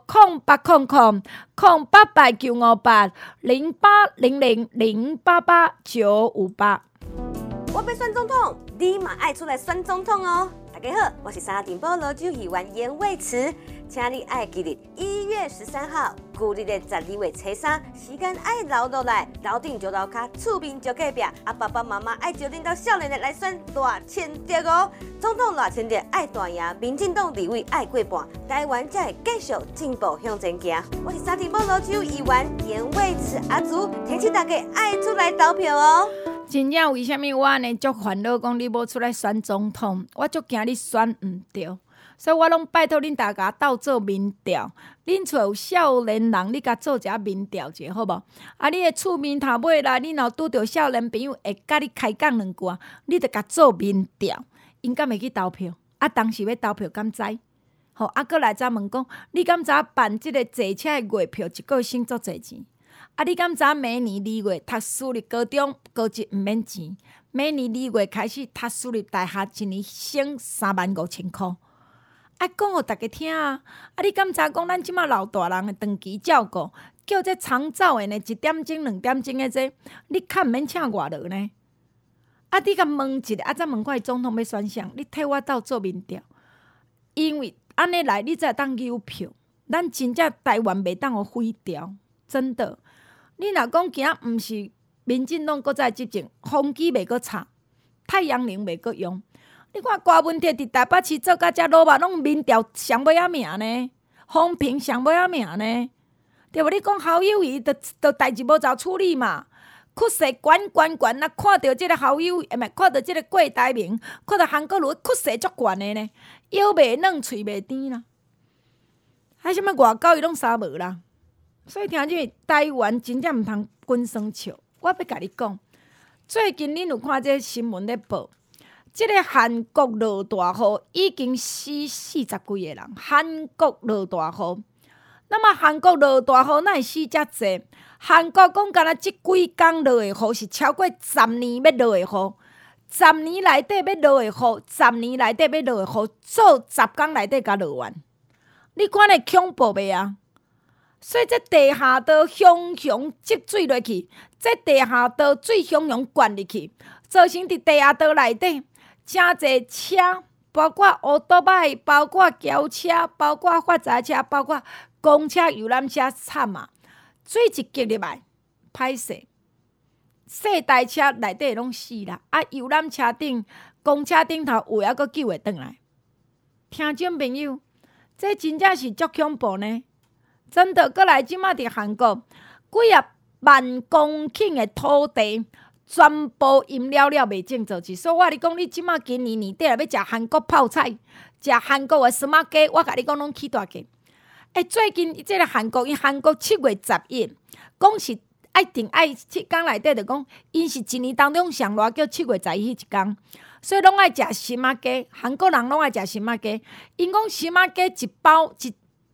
Speaker 2: ，0800-958-0800-088-958。
Speaker 7: 我要选总统，你嘛爱出来选总统哦！大家好，我是沙丁堡罗州议员严惠慈，请你爱记日1月13号，旧日的12月初3，时间爱留落来，楼顶就楼骹，厝边就隔壁，爸爸妈妈爱招恁到少年的来选大千席哦！总统大千席爱大赢，民进党立委爱过半，台湾才会继续进步向前行。我是沙丁堡罗州议员严惠慈阿祖，提醒大家爱出来投票哦！
Speaker 2: 真正为虾米我呢足烦恼？讲你无出来选总统，我足惊你选毋着，所以我拢拜托恁大家斗做民调。恁厝有少年人，你甲做一下民调者，好无？你的厝面头尾啦，你若拄着少年朋友会甲你开讲2句，你着甲做民调，因敢会去投票？当时要投票敢知？好，过来再问讲，你敢知办即个坐车的月票一个月省足侪钱？你敢知明年2月读私立高中高级毋免钱？明年2月开始读私立大学，一年省35000块。讲互大家听啊！你敢知讲咱即马老大人的长期照顾，叫这长照的呢1点钟、2点钟的这，你较毋免请外劳呢？你甲问一下，再问看总统要选啥？你替我斗做民调，因为安尼来，你才会当有票。咱真正台湾袂当互毁掉，真的。你若讲今仔毋是民进党搁再执政，风机袂搁差，太阳能袂搁用。你看高文哲伫台北市做甲遮落嘛，拢民调上尾仔名呢，风评上尾仔名呢，对无？你讲侯友宜，就代志无照处理嘛，酷势悬，那看到即个侯友宜，看到即个郭台铭，看到韩国瑜，酷势足悬的呢，腰袂软，喙袂甜啦，还什么外口伊拢啥无啦。所以听即台湾真正毋通滚酸笑。我要甲你讲，最近恁有看这新闻咧报，即个韩国落大雨已经死40几个人。韩国落大雨，那么韩国落大雨哪会死遮济？韩国讲敢若即几工落的雨是超过10年要落的雨，10年内底要落的雨，10年内底要落的雨，做10工内底甲落完。你看咧恐怖袂啊？所以这地下道汹汹积水落去，这地下道水汹涌灌入去，造成伫地下道内底真侪车，包括乌托邦，包括轿车，包括发财车，包括公车、游览车，惨啊！水一激入来，歹势，细台车内底拢死啦。游览车顶、公车顶头有还阁救会转来。听众朋友，这真正是足恐怖呢！真的，过来即马伫韩国，几啊万公顷的土地，全部淹了袂种做起。所以我你讲，你即马今年年底要食韩国泡菜，食韩国的什么鸡，我甲你讲拢起大价。最近即个韩国7月11，讲是爱定爱7天内底，就讲因是一年当中上热叫7月11迄一天，所以拢爱食什么鸡。韩国人拢爱食什么鸡？因讲什么鸡一包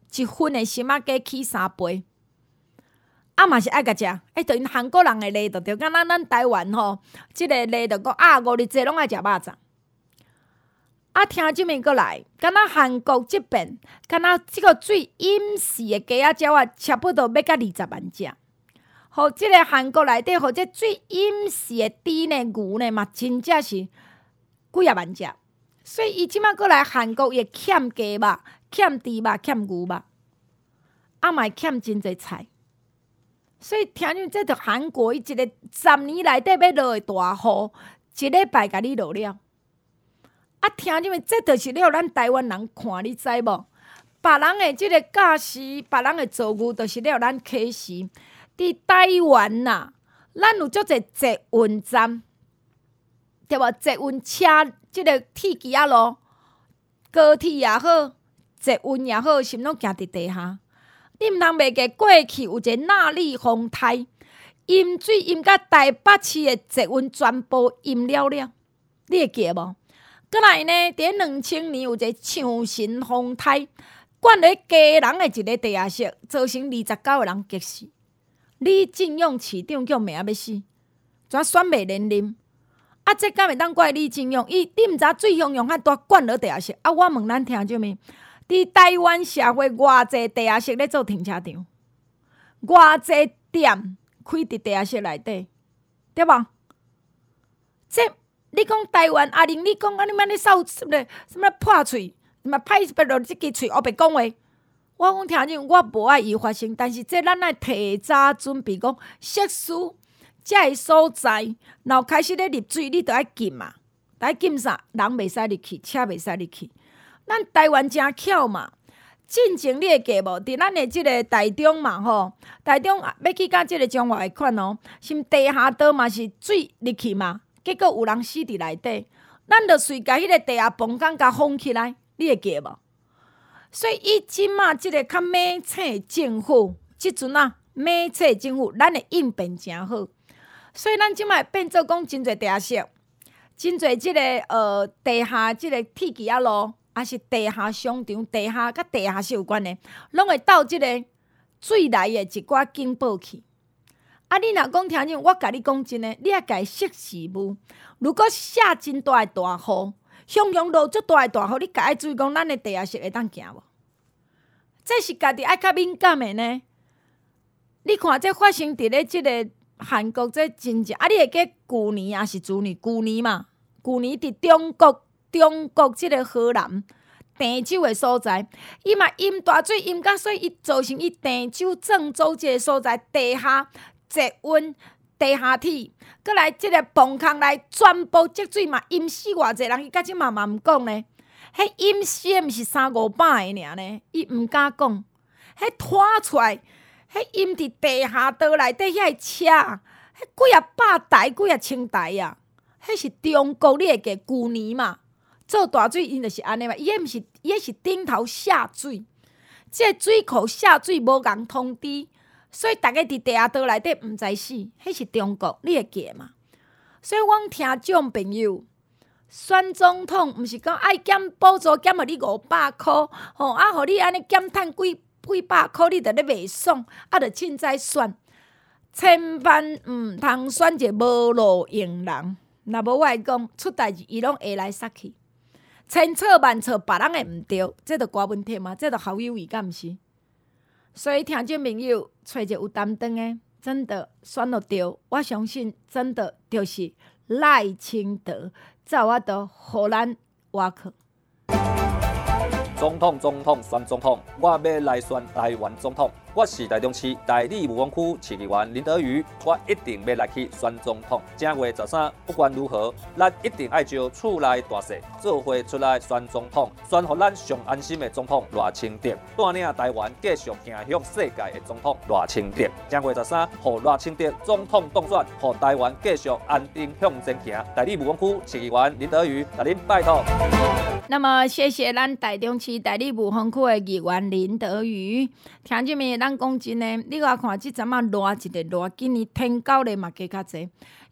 Speaker 2: 一份的心仔加起3倍。嘛是爱甲食，就因韩国人的例就敢若咱台湾吼，即个例就讲5日节拢爱食肉粽。听即面过来，敢若韩国即边，敢若即个最隐士的鸡仔鸟差不多要到20万只。互即个韩国内底，互即最隐士的猪呢、牛呢，嘛真正是几啊万只。所以伊即摆过来韩国也欠鸡肉、欠猪肉、欠牛肉，嘛会欠真侪菜。所以听你这着韩国伊一个10年内底要落的大雨，一礼拜甲你落了。听你们这就是了咱台湾人看，你知无？别人的即个驾驶，别人的做务，就是了咱启示。伫台湾呐，咱有足侪捷运站，对无？捷运车即个铁机仔路，高铁也好，捷运也好，是毋拢行伫地下？你毋通袂记过去有一个纳利洪台，淹水淹甲台北市的捷运全部淹了了，你会记无？过来呢，伫2000年有一个象神风台，灌咧家人的一个地下室，造成29个人激死。李进勇市长叫命要死，怎选袂连任？这敢会当怪李进勇？你毋知水汹涌遐大灌落地下室？我问咱听者咩？伫台湾社会，偌济地下室咧做停车场，偌济店开伫地下室内底，对无？这你讲台湾阿玲，你讲你莫咧扫什么破喙，什么歹别落即支喙黑白讲话。我讲听人，我无爱伊发生，但是这咱爱提早准备讲，设施这个所在，然后开始咧入水，你着爱禁嘛，着爱禁啥？人袂使入去，车袂使入去。咱台湾真巧嘛，进前你会记无？伫咱的即个台中嘛吼，台中要去到即个中华的款哦，是地下道嘛是水入去嘛。结果有人死伫内底，咱着随甲迄个地下棚杆甲封起来，你会记无？所以伊即马即个较马青政府，即阵马青政府，咱的应变诚好。所以咱即马变做讲真侪地下室，真侪即个地下即个铁机仔路，还是地下商场、地下甲地下室有关的，拢会到即个水内的一寡警报器。你若讲听见，我甲你讲真诶，你也家识时务。如果下真大诶大雨，汹涌落足大诶大雨，你家爱注意讲，咱诶地下室会当行无？这是家己爱较敏感诶呢。你看这发生伫咧即个韩国，这真正你会记旧年还是前年？旧年嘛，旧年伫中国即个河南鄭州诶所在，伊嘛淹大水淹甲，所以伊造成伊鄭州郑州即个所在地下。捷运、地下铁，搁来即个棚空内全部积水嘛，淹死偌济人，伊甲即嘛毋讲呢。迄淹死的毋是3-5百个尔呢，伊毋敢讲。迄拖出来，迄淹伫地下道内底遐车，迄几啊百台、几啊千台啊，迄是中国你会记旧年嘛，做大水因就是安尼嘛，伊迄是顶头下水，即个水库下水无共通知。所以大家伫地下道内底毋知死，迄是中国，你会记嘛？所以阮听众朋友，选总统毋是讲爱减补助减互你500箍，互你安尼减趁几百箍，你着咧袂爽，着凊彩选，千万毋通选一个无路用人。若无我会讲出代志，伊拢会来杀去，千错万错，别人的毋对，这着大问题嘛，这着好友谊，敢毋是？所以听众朋友，找一个有担当的，真的选得对，我相信真的就是赖清德，才有法度互咱活去。
Speaker 8: 总统选总统，我要来选台湾总统。我是台中市大理武王区市议员林德瑜，我一定要来去选总统。正月13，不管如何，咱一定爱招厝内大细，做伙出来选总统，选互咱上安心的总统赖清德，带领台湾继续行向世界的总统赖清德。正月13，互赖清德总统当选，互台湾继续安定向前行。大理武王区市议员林德瑜，甲恁拜托。
Speaker 2: 那么，谢谢咱台中市大理武峰区的议员林德瑜。听这面，咱讲真诶，你我看即阵啊热一个热，今年天高咧嘛加较济。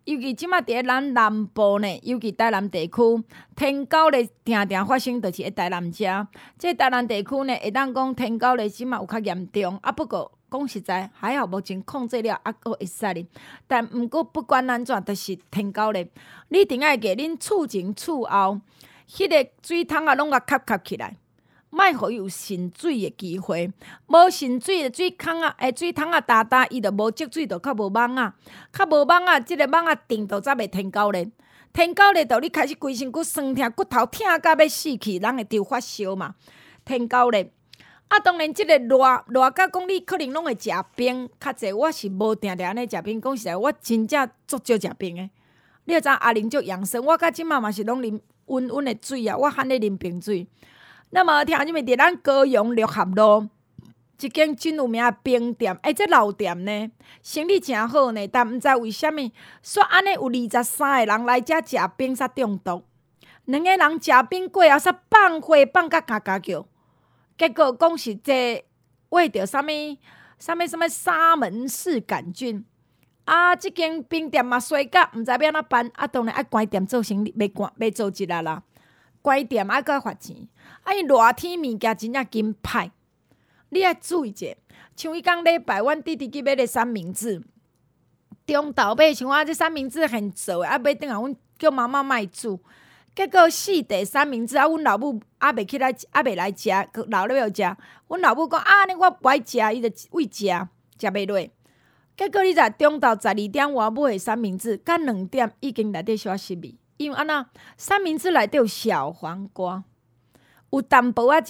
Speaker 2: 尤其即马伫咱南部呢，尤其台南地区，天狗咧定定发生，就是台南遮。即台南地区呢，会当讲天狗咧即马有较严重，不过讲实在，还好目前控制了，阁会使哩。但毋过不管安怎，就是天狗咧，你一定爱给恁厝前厝后，迄个水桶啊，拢甲吸起来。莫互有渗水的机会，无渗水的水桶啊，水桶啊大，伊就无积水，就较无网啊，较无网啊，即个网啊定就才袂天狗咧。天狗咧，就你开始规身躯酸痛，骨头疼甲要死去，人会着发烧嘛。天狗咧，当然即个热甲讲你可能拢会食冰较济，我是无定定安尼食冰，讲实在，我真正足少食冰的。你知影阿玲足养生，我甲即马嘛是拢啉温温的水啊，我罕咧啉冰水。那么，听什么？伫咱高雄六合路一间真有名的冰店，这老店呢，生意真好呢。但毋知为虾米，说安尼有23个人来遮食冰煞中毒，2个人食冰过后煞放火放甲嘎嘎叫，结果讲是这喂着啥物沙门氏杆菌即间冰店嘛衰甲，毋知要安怎办，当然爱关店做生意，要做一下啦。关店还阁罚钱，伊热天物件真正紧歹，你爱注意者。像伊讲礼拜，阮弟弟去买个三明治，中昼买像我这三明治现做的，买转来，阮叫妈妈莫煮，结果四地三明治，阮老母袂来食，留咧要食。阮老母讲安尼我不爱食，伊就为食袂落。结果你知中昼12点外买的三明治，到2点已经内底小失味。因为安那三明治内底有小黄瓜，有淡薄仔即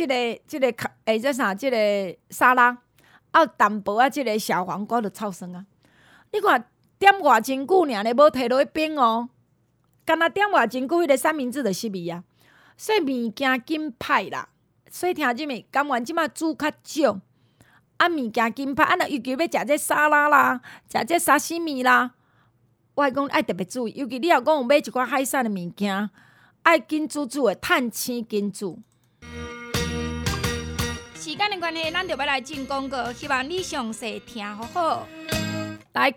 Speaker 2: 个沙拉，有淡薄仔即个小黄瓜就臭酸啊！你看点偌真久尔咧，无摕落去冰哦，干那点偌真久，迄个三明治就失味啊！所以物件紧歹啦，所以听即物甘愿即马煮较少，物件紧歹，若尤其要食这沙拉啦，食这沙西米啦。我会讲爱特别注意，尤其你若讲有买一寡海产的物件，爱紧煮的，趁青紧煮。时间的关系，咱就要来进广告，希望你详细听好好。来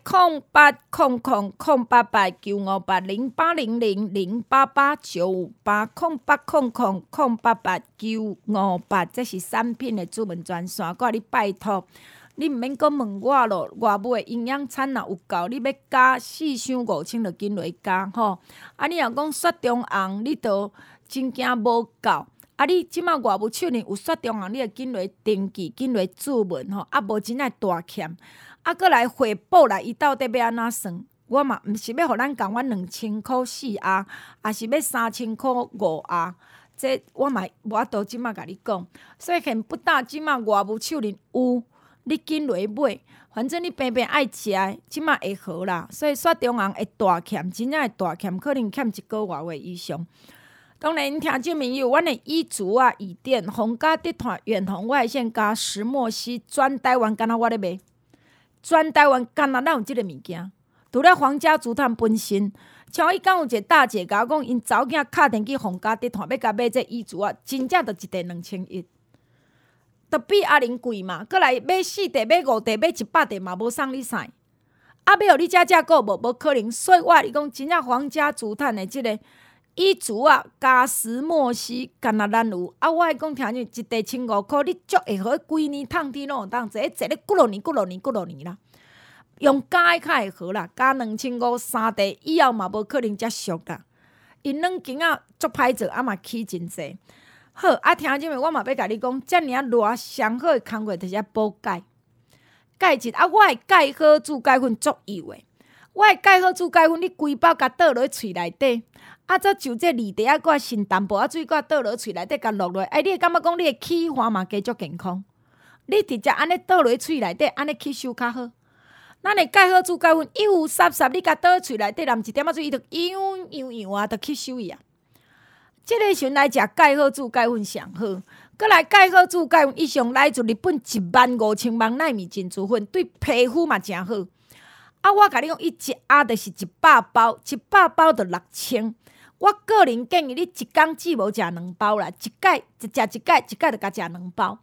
Speaker 2: 0800088958088958，这是产品的主文专线，我你拜托。你毋免讲问我咯，外买营养餐若有够，你要加4箱5千就紧落加吼。你若讲雪中红，你都真惊无够。你即马外务手里有雪中红，你就紧落登记，紧落注文吼。无真爱大欠，搁来回报来，伊到底要安怎算？我嘛毋是要互咱共阮2000箍4盒，也是要3000箍5盒。这我嘛无法度即马甲你讲，所以现不但即马外务手里有。你紧落买，反正你平平爱食，即马会好啦。所以雪中红会大欠，真正会大欠，可能欠1个月以上。当然，听众朋友，阮的伊竹啊、椅垫、皇家地毯、远红外线加石墨烯，全台湾敢若我咧卖，全台湾敢若咱有即个物件。除了皇家竹炭本身，像伊讲有一个大姐甲我讲，因查某囝敲电去皇家地毯，要甲买这伊竹啊，真正就一地2100。都比阿玲贵嘛，过来买4地、买5地、买100地嘛，无送你啥。要互你食个无可能。所以我你讲，真正皇家竹炭的即个伊竹啊，加石墨烯，敢若咱有。我会讲听你一地1500块，你足会好，规年烫天拢有当坐，坐咧几落年啦。用加的较会好啦，加2500 3地以后嘛无可能遮俗啦。因软筋啊足歹做，嘛起真济。好，听即个我嘛要甲你讲，遮尔热上好的工课就是补钙。钙质我的钙好煮钙粉足油的，我的钙好煮钙粉，你规包甲倒落去喙内底，则就这2滴搁新淡薄水，搁倒落去喙内底甲落落，你会感觉讲你的气化嘛加足健康。你直接安尼倒落去喙内底，安尼吸收较好。咱的钙好煮钙粉油湿湿，你甲倒落喙内底淋1点水，伊就油啊，就吸收伊啊。即个时阵来食钙好煮钙粉上好，搁来钙好煮钙粉以上来自日本15000万奈米珍珠粉，对皮肤嘛真好。我甲你讲，伊一盒就是100包，100包就6000。我个人建议你一工只无食2包啦，一届就甲食2包。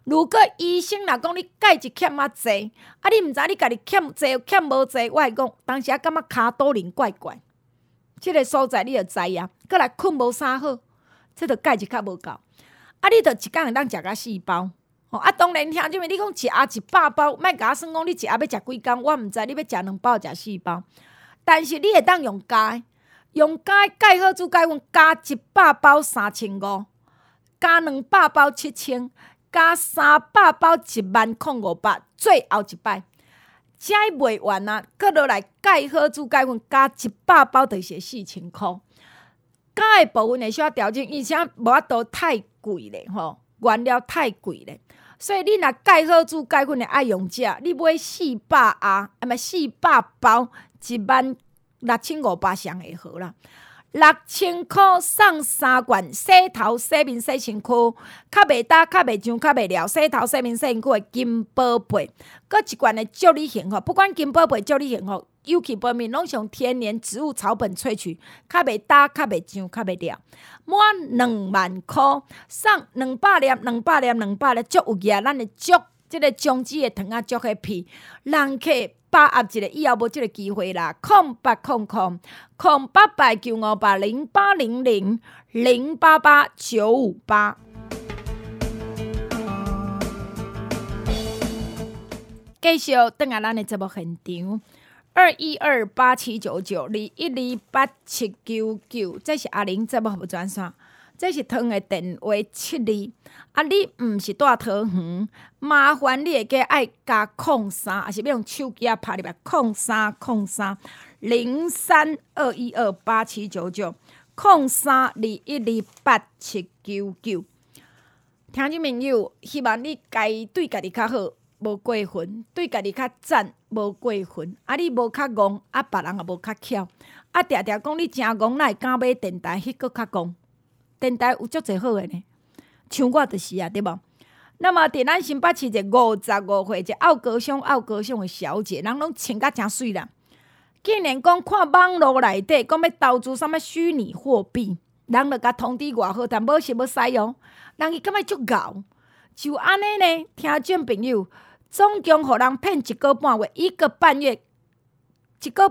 Speaker 2: 如果医生若讲你钙质欠啊济，啊你毋知你家己欠济欠无济，我会讲当时感觉骹肚灵怪怪，即个所在你就知影。过来困无啥好，即着钙质较无够。啊，你着一工会当食甲4包。啊，当然听即面你讲一盒100包，莫甲我算讲你一盒要食几工，我毋知你要食2包食4包。但是你会当用加钙好珠钙粉加100包3500，加200包7000。加300包10500，最后一摆，这卖完啊，搁落来钙好珠钙粉加100包就是4000块。加的部分会需要调整，而且无法度太贵咧吼，原料太贵咧，所以你若钙好珠钙粉的爱用者，你买400盒，400包16500上会好啦。6000块送3罐洗头、洗面、洗身躯，较袂干、较袂上、较袂了，洗头、洗面、洗身躯的金宝贝，搁一罐的祝你幸福。不管金宝贝祝你幸福，有气保面拢上天然植物草本萃取，较袂干、较袂上、较袂了。满2万块送200粒，足有价。咱的足，即个姜子的糖啊，足的屁，人客。把握一个，以后无即个机会啦！0800-958-0800-088-958。继续转来咱的节目现场，2128799，2128799，这是阿玲节目服务专线。这是汤的电话72，啊，你毋是住桃园，麻烦你会记爱加03，还是要用手机拍入来0302128799，0321287799。听众朋友，希望你该对家己较好，无过分；对家己较赞，无过分。啊，你无较戆，啊，别人也无较巧。啊，常常讲你真戆，哪会敢买电台？迄个较戆。电台有足侪好诶呢，像我就是啊，对无？那么伫咱新北市一个55岁，一个傲高雄诶小姐，人拢穿甲诚水啦。竟然讲看网络内底讲要投资啥物虚拟货币，人就甲通知偌好，但无是要使哦。人伊感觉足敖，就安尼呢。听众朋友，总共互人骗1个半月，1个半月几工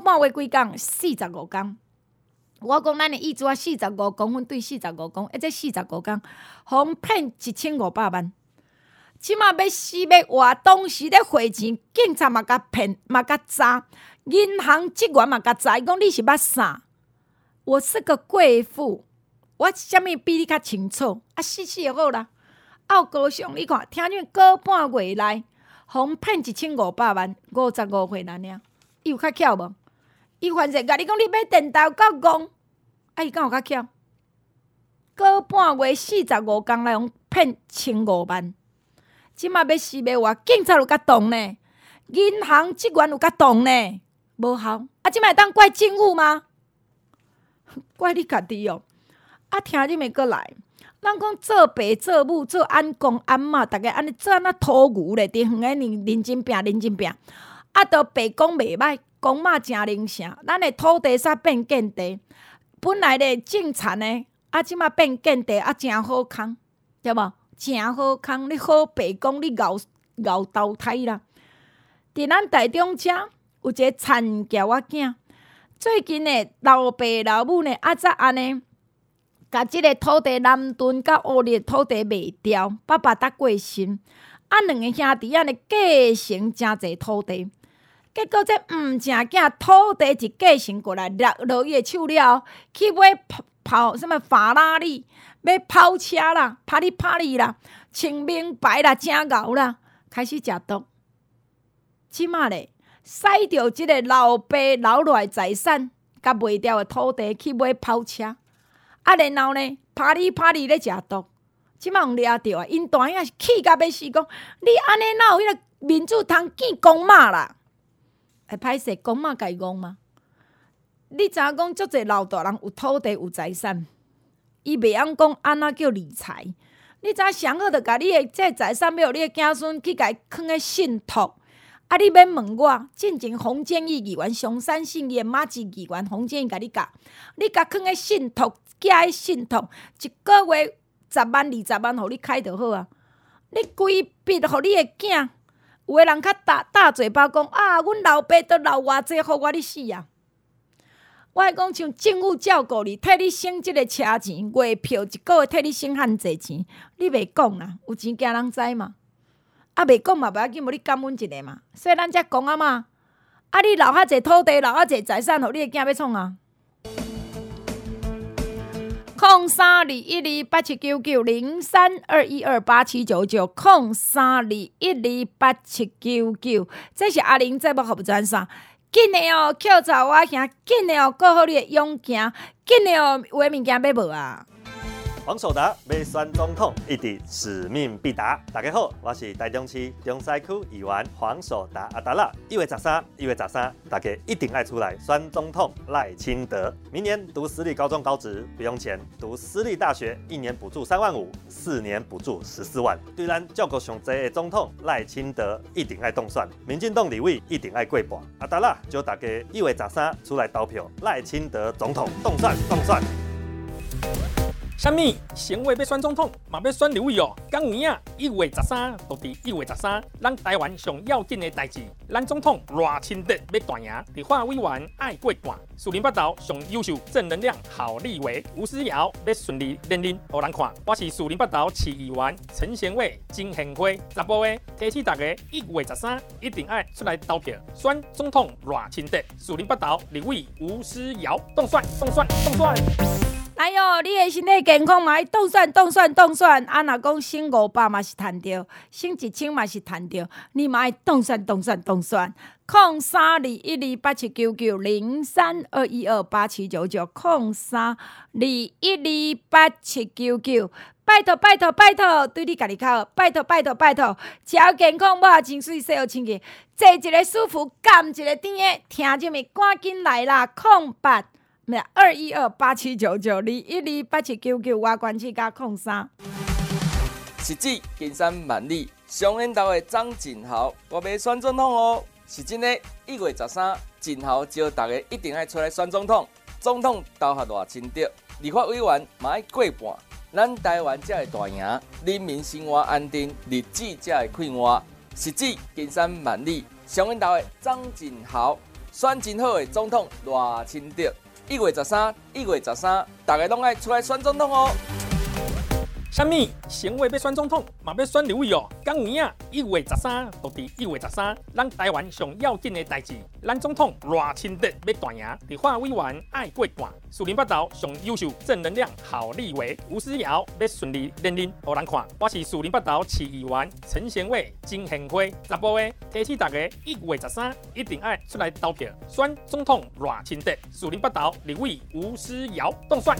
Speaker 2: ，45工。我讲咱的意思啊，45公分对45公，这45工，互骗1500万。即马要死要活，当时咧汇钱，警察嘛甲骗，嘛甲查，银行职员嘛甲查，伊讲你是捌啥？我是个贵妇，我啥物比你较清楚？啊，死就好啦。傲高雄，你看，听见个半月内，互骗1500万，55岁人尔，伊有较巧无？伊反正甲你讲，你买电台有够戆，啊，伊敢有较巧？个半月45工来用骗1500万，即马要死要活，警察有甲动呢，银行职员有甲动呢，无效。啊，即马会当怪政府吗？怪你家己哦。啊，听你咪过来，咱讲做爸做母做安公安妈，逐个安尼做安那土牛咧，伫远个认真拼，啊，都爸讲袂歹。公妈真灵性，咱的土地煞变建地，本来咧种田的，啊，即马变建地，啊，真好空，对无？真好空，你好白讲你熬投胎啦。伫咱台中遮有一个田桥仔囝，最近的老爸老母呢，才安尼，甲即个土地南屯甲乌里土地卖掉，爸爸搭过身，啊，两个兄弟安尼继承真侪土地。结果这毋正囝土地一继承过来，落伊的手了，去买跑什么法拉利，买跑车啦，啪哩啦，穿名牌啦，真牛啦，开始食毒。即马咧，使着即个老爸留落来财产，甲卖掉的土地去买跑车，啊，然后呢，啪哩咧食毒。即马用掠着啊，因大兄是气甲要死，讲你安尼哪有迄个民主通见公妈啦？会歹势，公妈家讲吗？你知影讲，足侪老大人有土地有财产，伊袂晓讲安怎叫理财。你知影上好，着甲你的这财产要你的子孙去甲伊囥咧信托。啊，你免问我，进前洪建义议员、上山信义马志议员、洪建义甲你教，你甲囥咧信托，寄喺信托，一个月10万、20万，互你开就好啊。 你规笔，互你的囝，有的人较大嘴巴讲啊，阮老爸都留偌济，互我你死啊！我会讲像政府照顾你，替你省即个车钱、月票，一个月替你省遐济钱，你袂讲啦，有钱惊人知嘛？啊，袂讲嘛，袂要紧，无你感恩一下嘛。所以咱才讲啊嘛。啊，你留遐济土地，留遐济财产，互你的囝要创啊？032128799032128799，0321287999，这是阿玲节目服务专线。紧的哦，捡查我行，紧的哦，过好你的勇行，紧的哦，有的物件要无啊？
Speaker 9: 黄守达要选总统，一定使命必达。大家好，我是台中市中西区议员黄守达阿达拉。1月13，大家一定爱出来选总统赖清德。明年读私立高中高职不用钱，读私立大学1年补助3万5，4年补助14万。对咱照顾上济的总统赖清德一定爱动算，民进党立委一定爱过半。阿达拉就大家1月13出来投票赖清德总统，动算。
Speaker 10: 啥物？成为要选总统，嘛要选立委哦。讲有影，1月13，就伫1月13，咱台湾上要紧的代志，咱总统赖清德要大赢，立法委员爱过半。树林北投上优秀正能量好立委吴思瑶要顺利连任，互人看。我是树林北投市议员陈贤伟、金贤辉，查甫的提醒大家1月13一定爱出来投票，选总统赖清德。树林北投立委吴思瑶，动算。
Speaker 2: 来哟，你的身体健康嘛，动算。啊，若讲省500嘛是赚着，省1000嘛是赚着，你嘛爱动算。032128799032128799，0321287999，拜托，对你家己较好，拜托，只要健康，我也真水，洗好清气，坐一个舒服，甘一个甜的，听什么赶紧来啦！2128799，2128799，我关起加03。
Speaker 11: 实指金山万里，上缘投的张振豪，我要选总统哦！是真的，1月13，振豪招大家一定爱出来选总统。总统投下赖清德，立法委员嘛爱过半，咱台湾才会大赢，人民生活安定，日子才会快活。实指金山万里，上缘投的张振豪，选真好的总统赖清德。1月13，大家拢爱出来选总统哦！
Speaker 10: 啥物？成为要选总统，嘛要选立委哦。讲有影，1月13，就伫1月13，咱台湾上要紧的代志，咱总统赖清德要大赢，立法委员爱过半。树林北投上优秀正能量好立委吴思瑶要顺利连任，互人看。我是树林北投市议员陈贤伟、金贤辉，查甫的提醒大家1月13一定爱出来投票，选总统赖清德。树林北投立委吴思瑶，动算。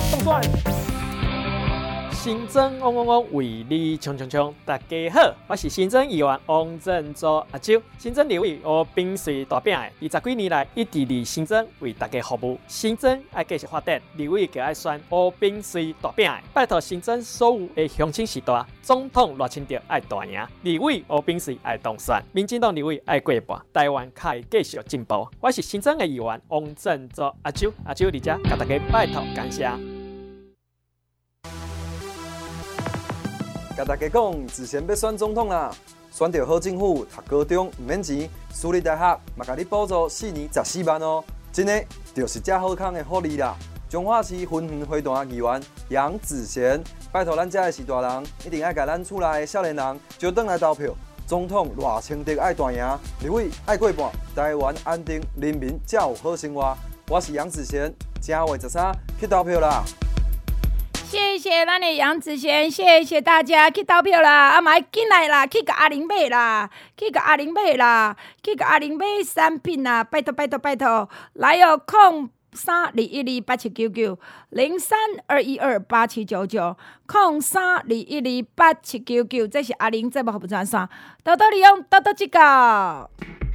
Speaker 12: 新增嗡嗡嗡，为你冲！大家好，我是新增议员王振洲阿周。新增立委我秉随大饼的，20几年来一直伫新增为大家服务。新增爱继续发展，立委就爱选我秉随大饼的，拜托新增所有的乡亲时代，总统赖清德爱大赢，立委我秉随爱当选，民进党立委爱过半，台湾可以继续进步。我是新增的议员王振洲阿周伫遮，甲大家拜托感谢。
Speaker 13: 甲大家讲，之前要选总统啦，选到好政府，读高中唔免钱，私立大学嘛甲你补助4年14万哦，真的就是这好康的福利啦！彰化市分园会堂议员杨子贤，拜托咱这的是大人，一定要甲咱厝内的少年人招转来投票。总统赖清德爱大赢，立委爱过半，台湾安定，人民才有好生活。我是杨子贤，正月13去投票啦！
Speaker 2: 谢谢咱的杨子贤，谢谢大家去投票啦！啊，嘛要紧来啦，去甲阿玲买啦，去甲阿玲买产品啦！拜托，来哦！032128799032128799，0321287990，这是阿玲节目服务专线，多多利用，多多指教。